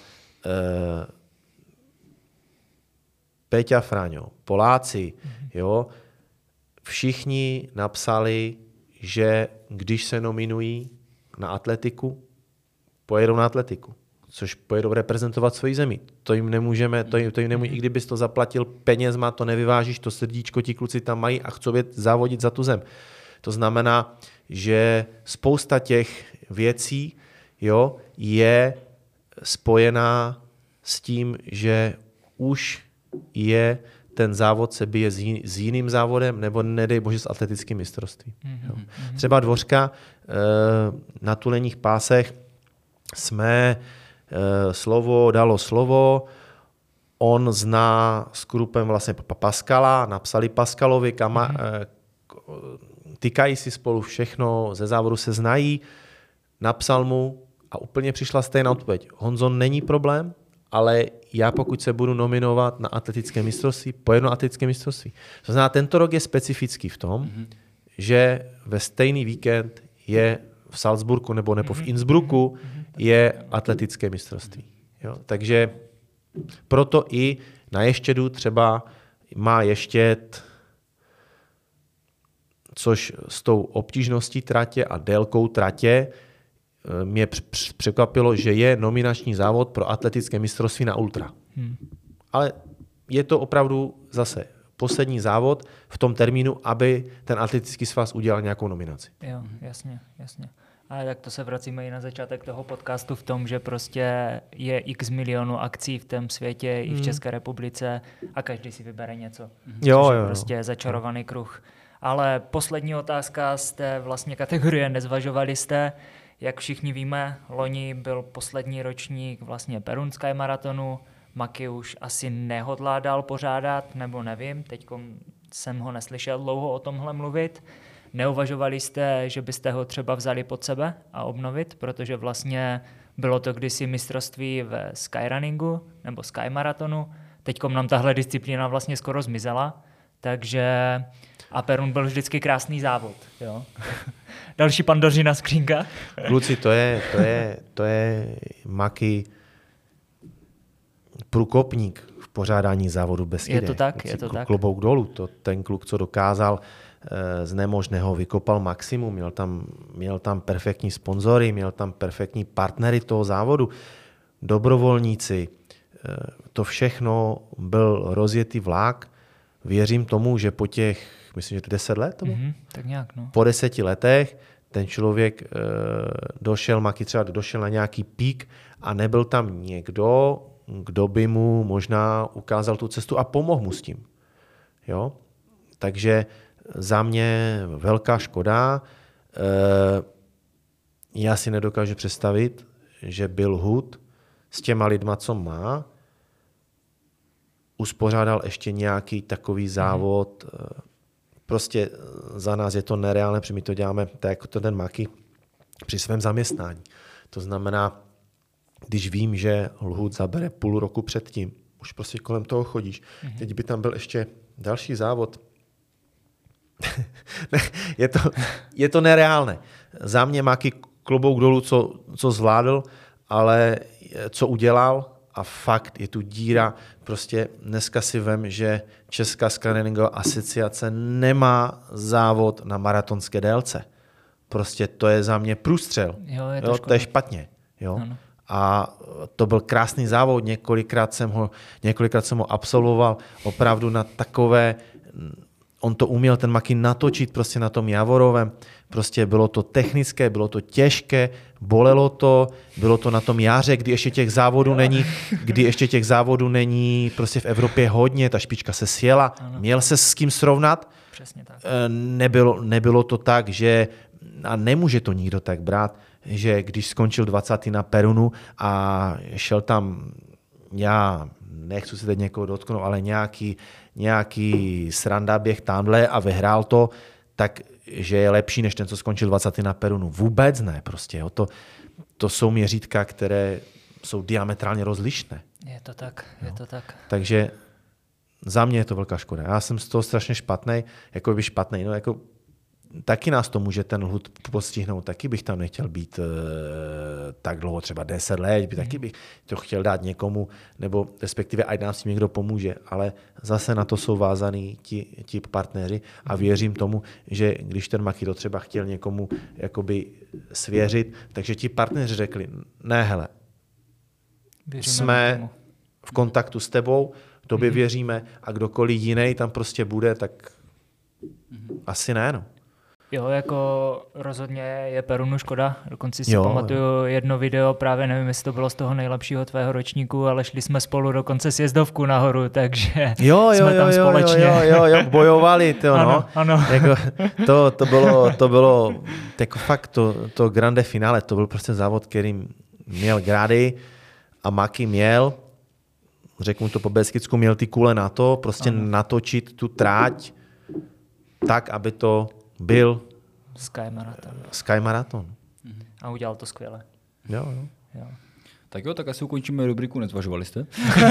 Péťa Fráňo, Poláci, jo, všichni napsali, že když se nominují na atletiku, pojedou na atletiku, což pojedou reprezentovat svoji zemi. To jim nemůžeme, i kdybys to zaplatil penězma, to nevyvážíš, to srdíčko ti kluci tam mají a chcou závodit za tu zem. To znamená, že spousta těch věcí, jo, je spojená s tím, že už je ten závod se bije s jiným závodem, nebo nedej bože s atletickým mistrovstvím. Třeba Dvořka na tuleních pásech jsme dalo slovo, on zná s Krupem vlastně Pascala, napsali Pascalovi, tykají si spolu všechno, ze závodu se znají, napsal mu a úplně přišla stejná odpověď. Honzo, není problém, ale já pokud se budu nominovat na atletické mistrovství, pojedu na atletické mistrovství. To znamená, tento rok je specifický v tom, že ve stejný víkend je v Salzburgu nebo v Innsbrucku je atletické mistrovství. Jo? Takže proto i na Ještědu třeba má Ještěd, což s tou obtížností tratě a délkou tratě mě překvapilo, že je nominační závod pro atletické mistrovství na ultra. Ale je to opravdu zase poslední závod v tom termínu, aby ten atletický svaz udělal nějakou nominaci. Jo, jasně. Ale tak to se vracíme i na začátek toho podcastu v tom, že prostě je x milionů akcí v tom světě i v České republice a každý si vybere něco. Jo. Prostě začarovaný kruh. Ale poslední otázka z té vlastně kategorie nezvažovali jste. Jak všichni víme, loni byl poslední ročník vlastně Perun Sky Maratonu. Maki už asi nehodlá dál pořádat, nebo nevím, teď jsem ho neslyšel dlouho o tomhle mluvit. Neuvažovali jste, že byste ho třeba vzali pod sebe a obnovit, protože vlastně bylo to kdysi mistrovství ve skyrunningu nebo Sky Maratonu. Teďkom nám tahle disciplína vlastně skoro zmizela, takže a Perun byl vždycky krásný závod. Jo? Další Pandořina skřínka. Kluci, to je Maki průkopník v pořádání závodu bez Je to tak. Klobouk dolů. Ten kluk, co dokázal z nemožného, vykopal maximum, měl tam perfektní sponzory, měl tam perfektní partnery toho závodu, dobrovolníci. To všechno byl rozjetý vlak. Věřím tomu, že po těch, myslím, že to 10 let, tak nějak, no. Po 10 letech ten člověk došel na nějaký pík a nebyl tam někdo, kdo by mu možná ukázal tu cestu a pomohl mu s tím. Jo? Takže za mě velká škoda. Já si nedokážu představit, že Bill Hood s těma lidma, co má, uspořádal ještě nějaký takový závod. Prostě za nás je to nereálné, protože my to děláme tak jako to ten Maki při svém zaměstnání. To znamená, když vím, že Lhůt zabere půl roku předtím, už prostě kolem toho chodíš. Teď by tam byl ještě další závod. je to nereálné. Za mě Maki klobouk dolů, co zvládl, ale co udělal, a fakt je tu díra. Prostě dneska si vem, že Česká skyrunningová asociace nemá závod na maratonské délce. prostě to je za mě průstřel. Jo, to je špatně. Jo? A to byl krásný závod, několikrát jsem ho absolvoval opravdu na takové, on to uměl ten Maki natočit prostě na tom Javorovém, prostě bylo to technické, bylo to těžké, bolelo to, bylo to na tom jaře, kdy ještě těch závodů není prostě v Evropě hodně, ta špička se sjela, měl se s kým srovnat. Přesně tak. Nebylo to tak, že, a nemůže to nikdo tak brát, že když skončil 20. na Perunu a šel tam, já nechci se teď někoho dotknout, ale nějaký sranda běh tamhle a vyhrál to, tak že je lepší než ten, co skončil 20. na Perunu. Vůbec ne. Prostě, jo. To jsou měřítka, které jsou diametrálně rozlišné. Je to tak. Takže za mě je to velká škoda. Já jsem z toho strašně špatnej, taky nás to může ten hlud postihnout, taky bych tam nechtěl být tak dlouho, třeba 10 let, taky bych to chtěl dát někomu, nebo respektive ať nám s tím někdo pomůže, ale zase na to jsou vázaný ti partneři a věřím tomu, že když ten Maki to třeba chtěl někomu jakoby svěřit, takže ti partneři řekli, ne hele, jsme v kontaktu s tebou, tobě věříme a kdokoliv jiný tam prostě bude, tak asi ne, no. Jo, jako rozhodně je Perunu škoda. Dokonce si pamatuju jedno video, právě nevím, jestli to bylo z toho nejlepšího tvého ročníku, ale šli jsme spolu dokonce sjezdovku nahoru, takže jsme tam společně. Jo, bojovali, ano. Jako, to bylo jako fakt to grande finále, to byl prostě závod, který měl grády a Maki měl, řeknu to po Beskicku, měl ty kule na to, prostě natočit tu tráť tak, aby to byl Sky Marathon. A udělal to skvěle. Jo. Tak jo, tak asi ukončíme rubriku Nezvažovali jste.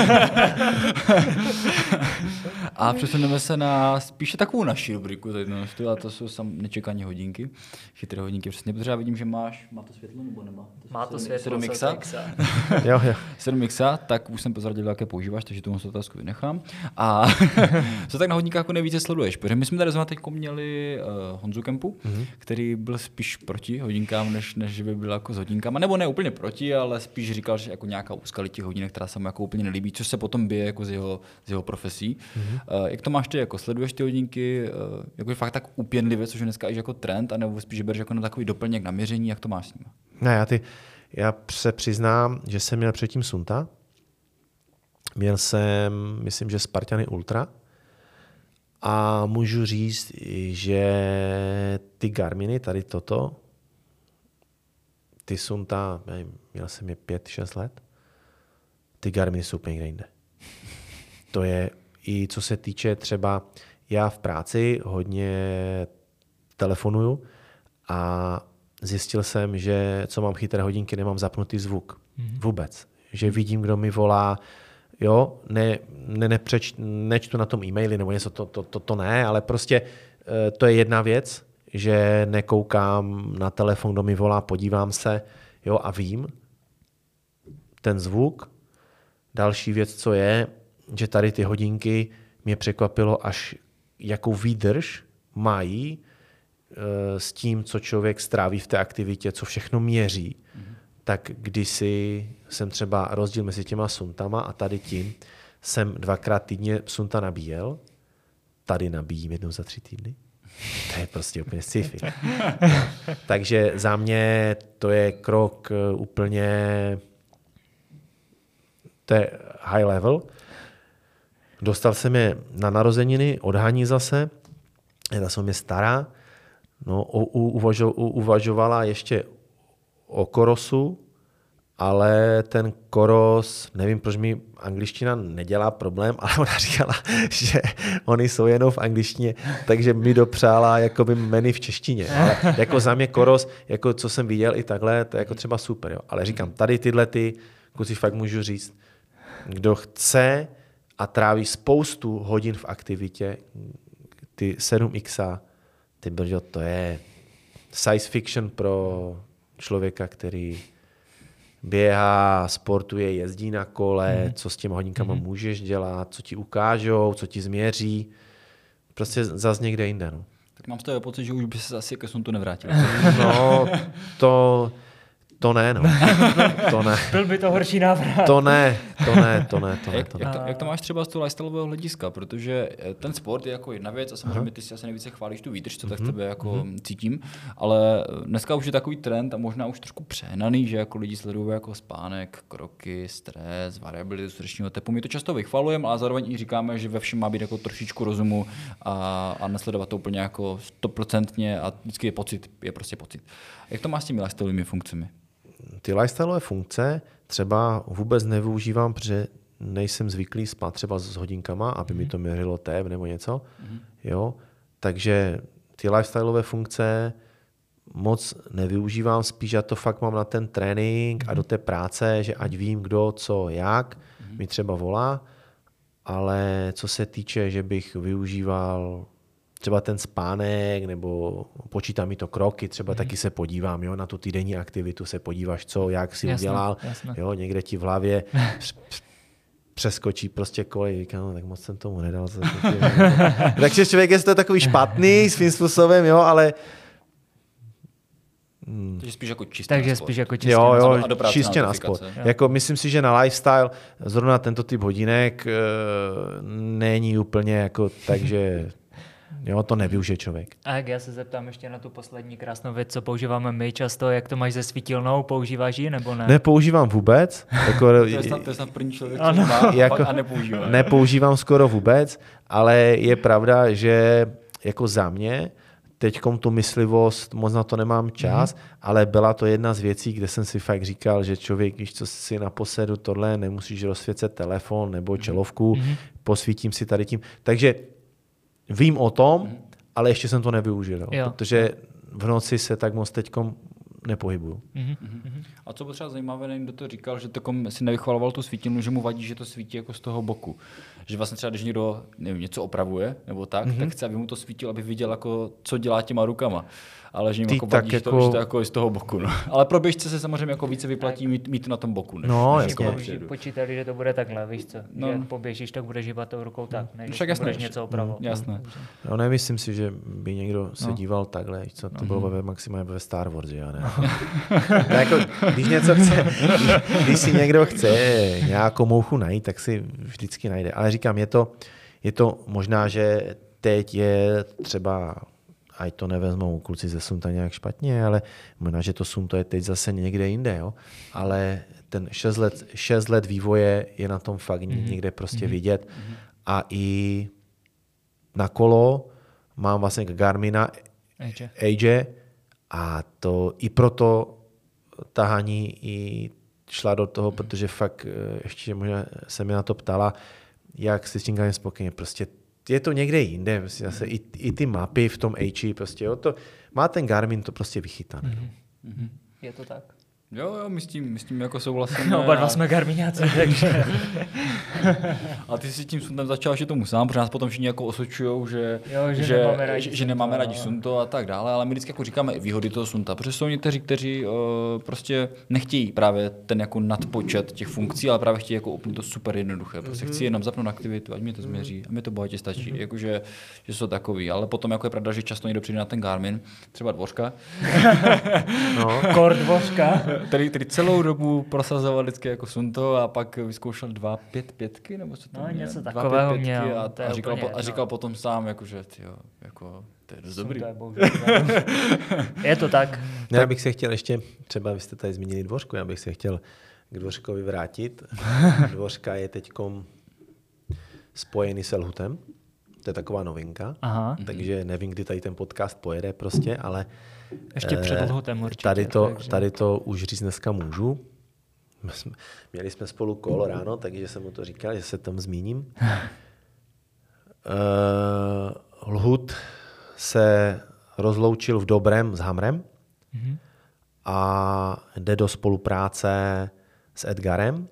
A přesuneme se na spíše takovou naši rubriku, a to jsou nečekané hodinky, chytré hodinky, přesně, protože já vidím, že má to světlo nebo nemá? Má to světlo, 7X. Jo. 7X, tak už jsem pozradil, jaké používáš, takže tomu se otázku vynechám. A co tak na hodinách jako nejvíce sleduješ? Protože my jsme tady zrovna teď měli Honzu Kempu, který byl spíš proti hodinkám, než by byl jako s hodinkama, nebo ne úplně proti, ale spíš říkal, že jako nějaká úskalí těch hodinek, která se mu jako úplně nelíbí, což se potom bije jako z jeho profesí. Jak to máš ty, jako sleduješ ty hodinky, jako fakt tak úpěnlivě, což je dneska jako trend, anebo spíš bereš jako na takový doplněk na měření, jak to máš s ním? Ne, já se přiznám, že jsem měl předtím Sunta. Měl jsem, myslím, že Spartany Ultra. A můžu říct, že ty Garminy, tady toto, ty Sunta, měl jsem je 5-6 let, ty Garminy jsou úplně někde jinde. To je i co se týče třeba, já v práci hodně telefonuju a zjistil jsem, že co mám chytré hodinky, nemám zapnutý zvuk. Vůbec. Že vidím, kdo mi volá, jo, nečtu na tom e-maily nebo něco, to ne, ale prostě to je jedna věc, že nekoukám na telefon, kdo mi volá, podívám se, jo, a vím ten zvuk. Další věc, co je, že tady ty hodinky mě překvapilo, až jakou výdrž mají s tím, co člověk stráví v té aktivitě, co všechno měří. Tak kdysi jsem třeba rozdíl mezi těma Suntama a tady tím jsem 2krát týdně Sunta nabíjel, tady nabíjím 1 za 3 týdny. To je prostě úplně sci-fi. Takže za mě to je krok úplně, to je high level. Dostal jsem je na narozeniny, odhaní zase, jedna jsou mě stará, no, uvažovala ještě o Korosu, ale ten Koros, nevím, proč mi angličtina nedělá problém, ale ona říkala, že oni jsou jenom v angličtině, takže mi dopřála jakoby menu v češtině. Ale jako za mě Koros, jako co jsem viděl i takhle, to je jako třeba super. Jo. Ale říkám, tady tyhle ty, kluci fakt můžu říct, kdo chce a tráví spoustu hodin v aktivitě, ty 7X, ty brďo, to je science fiction pro člověka, který běhá, sportuje, jezdí na kole, co s těma hodinkama můžeš dělat, co ti ukážou, co ti změří. Prostě zas někde jinde. No. Tak mám z toho pocit, že už by se asi ke suntu nevrátil. No, to ne, no. To ne. Byl by to horší návrat. To ne. Jak to máš třeba z toho lifestyleového hlediska? Protože ten sport je jako jedna věc a samozřejmě ty si asi nejvíce chválíš tu výdrž, co tak tebe jako cítím, ale dneska už je takový trend a možná už trošku přehnaný, že jako lidi sledují jako spánek, kroky, stres, variabilitu srdečního tepu. My to často vychvalujeme, ale zároveň i říkáme, že ve všem má být jako trošičku rozumu a nesledovat to úplně jako 100% a vždycky je prostě pocit. Jak to máš s těmi lifestyleovými funkcemi? Ty lifestyleové funkce třeba vůbec nevyužívám, protože nejsem zvyklý spát třeba s hodinkama, aby mi to měřilo tep nebo něco. Jo? Takže ty lifestyleové funkce moc nevyužívám, spíš já to fakt mám na ten trénink a do té práce, že ať vím, kdo, co, jak, mi třeba volá, ale co se týče, že bych využíval třeba ten spánek, nebo počítám mi to kroky, třeba taky se podívám, jo, na tu týdenní aktivitu se podíváš, co, jak si udělal, jo, někde ti v hlavě přeskočí prostě kolej, říkám, no, tak moc jsem tomu nedal. Takže člověk je to takový špatný svým způsobem, jo, ale Takže spíš jako čistě čistě na sport. Jako myslím si, že na lifestyle zrovna tento typ hodinek není úplně jako takže jo, to nevyužije člověk. A jak já se zeptám ještě na tu poslední krásnou věc, co používáme my často, jak to máš se svítilnou, používáš ji nebo ne? Nepoužívám vůbec. Jako, to je snad první člověk, co má jako, a nepoužívá. Nepoužívám skoro vůbec, ale je pravda, že jako za mě teďkom tu myslivost, moc na to nemám čas, ale byla to jedna z věcí, kde jsem si fakt říkal, že člověk, když co si naposledy tohle, nemusíš rozsvěcet telefon nebo čelovku, posvítím si tady tím. Takže vím o tom, ale ještě jsem to nevyužil, protože v noci se tak moc teďkom nepohybuju. A co bylo třeba zajímavé, nevím, kdo to říkal, že takom si nevychvaloval tu svítilnu, že mu vadí, že to svítí jako z toho boku. Že vlastně třeba, když někdo něco opravuje, nebo tak chce, aby mu to svítilo, aby viděl, jako, co dělá těma rukama. Ale že jim jako vadí, že to jako z toho boku. No. Ale pro běžce se samozřejmě jako více vyplatí mít na tom boku. Než počítali, že to bude takhle, víš co? No. Že poběžíš, tak budeš hýbat tou rukou tak, než budeš něco opravovat. Jasné. No, nemyslím si, že by někdo se díval takhle, co to bylo maximálně ve Star Wars, že já ne. Jako, když něco chce, když si někdo chce nějakou mouchu najít, tak si vždycky najde. Ale říkám, je to možná, že teď je třeba, ať to nevezmou kluci ze Sunta nějak špatně, ale možná, že to Sunto je teď zase někde jinde, jo. Ale ten 6 let vývoje je na tom fakt někde prostě vidět. A i na kolo mám vlastně Garmina Age a to i proto tahání i šla do toho, protože fakt ještě možná se mi na to ptala, jak si s tím Garmin spokojeně. Prostě je to někde jinde, prostě zase i ty mapy v tom Age, prostě jo, to má ten Garmin to prostě vychytané. Je to tak. Jo, my s tím jako souhlasíme. Oba dva jsme Garmiňáci, takže. A ty si tím Suntem začal, že tomu sám, protože nás potom všichni jako osočujou, že nemáme rádi Sunto a tak dále, ale my vždycky jako říkáme výhody toho Sunta, protože jsou někteří, kteří prostě nechtějí právě ten jako nadpočet těch funkcí, ale právě chtějí jako úplně to super jednoduché. Prostě chci jenom zapnout aktivitu, ať mi to změří, a mi to bohatě stačí. Jakože, že jsou takový, ale potom jako je pravda, že často někdo přijde na ten Garmin, třeba Dvořka. Kor Dvořka. Který celou dobu prosazoval vždycky jako Sunto a pak vyzkoušel 2.5.5 nebo co to měl? Něco takového měl. A říkal potom sám, jakože jako, to je dost dobrý. Je to tak. Já bych se chtěl ještě, třeba vy jste tady zmínili Dvořku, já bych se chtěl k Dvořkovi vrátit. Dvořka je teďkom spojený s Elhutem. To je taková novinka. Takže nevím, kdy tady ten podcast pojede prostě, ale ještě před Elhutem určitě. Tady to už říct dneska můžu. Měli jsme spolu kolo ráno, takže jsem mu to říkal, že se tam zmíním. Elhut se rozloučil v dobrém s Hamrem a jde do spolupráce s Edgarem.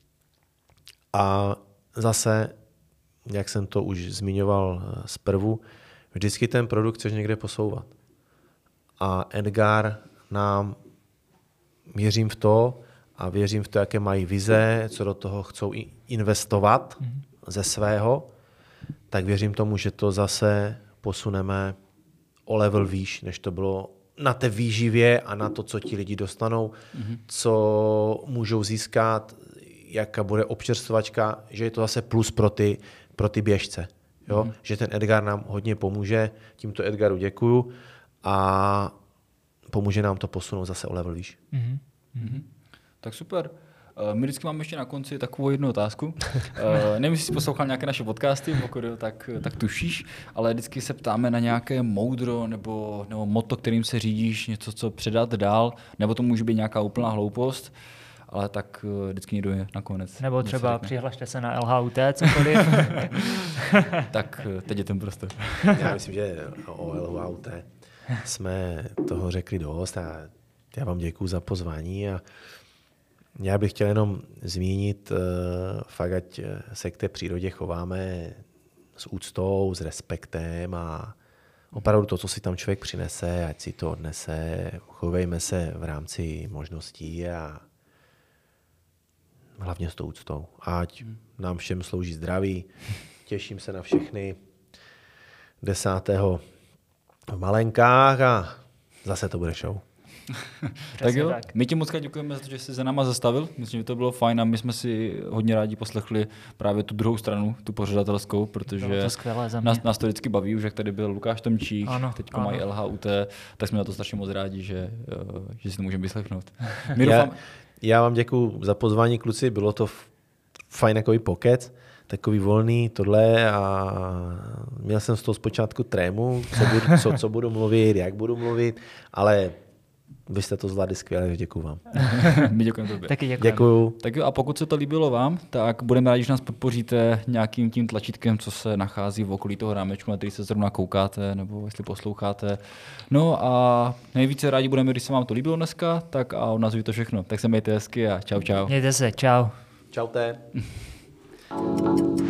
A zase, jak jsem to už zmiňoval zprvu, vždycky ten produkt chceš někde posouvat. A Edgar nám, věřím v to, jaké mají vize, co do toho chcou investovat ze svého, tak věřím tomu, že to zase posuneme o level výš, než to bylo na té výživě a na to, co ti lidi dostanou, co můžou získat, jaká bude občerstvačka, že je to zase plus pro ty běžce. Jo? Že ten Edgar nám hodně pomůže, tímto Edgaru děkuju a pomůže nám to posunout zase o level výš. Tak super. My vždycky máme ještě na konci takovou jednu otázku. Nevím, jestli jsi poslouchal nějaké naše podcasty, pokud jo, tak tušíš, ale vždycky se ptáme na nějaké moudro nebo motto, kterým se řídíš, něco, co předat dál, nebo to může být nějaká úplná hloupost, ale tak vždycky někdo je nakonec. Nebo třeba přihlašte se na LHUT, cokoliv. Tak teď je ten prostor. Já myslím, že o LHUT jsme toho řekli dost a já vám děkuju za pozvání a já bych chtěl jenom zmínit fakt, ať se k té přírodě chováme s úctou, s respektem a opravdu to, co si tam člověk přinese, ať si to odnese, chovejme se v rámci možností a hlavně s tou úctou. Ať nám všem slouží zdraví. Těším se na všechny 10. v Malenkách a zase to bude show. Tak jo, my ti moc děkujeme za to, že jsi za náma zastavil. Myslím, že to bylo fajn a my jsme si hodně rádi poslechli právě tu druhou stranu, tu pořadatelskou, protože nás to vždycky baví, už jak tady byl Lukáš Tomčík, teďko mají LHUT, tak jsme na to strašně moc rádi, že si to můžeme vyslechnout. Já vám děkuju za pozvání, kluci, bylo to fajn takový pokec, takový volný tohle a měl jsem z toho zpočátku trému, co budu mluvit, jak budu mluvit, ale vy jste to zvládli skvěle, děkuju vám. My děkujeme tobě. Taky děkujeme. Děkuju. Tak jo, a pokud se to líbilo vám, tak budeme rádi, že nás podpoříte nějakým tím tlačítkem, co se nachází v okolí toho rámečku, na který se zrovna koukáte, nebo jestli posloucháte. No a nejvíce rádi budeme, když se vám to líbilo dneska, tak a od nás je to všechno. Tak se mějte hezky a čau. Mějte se, čau. Čaute.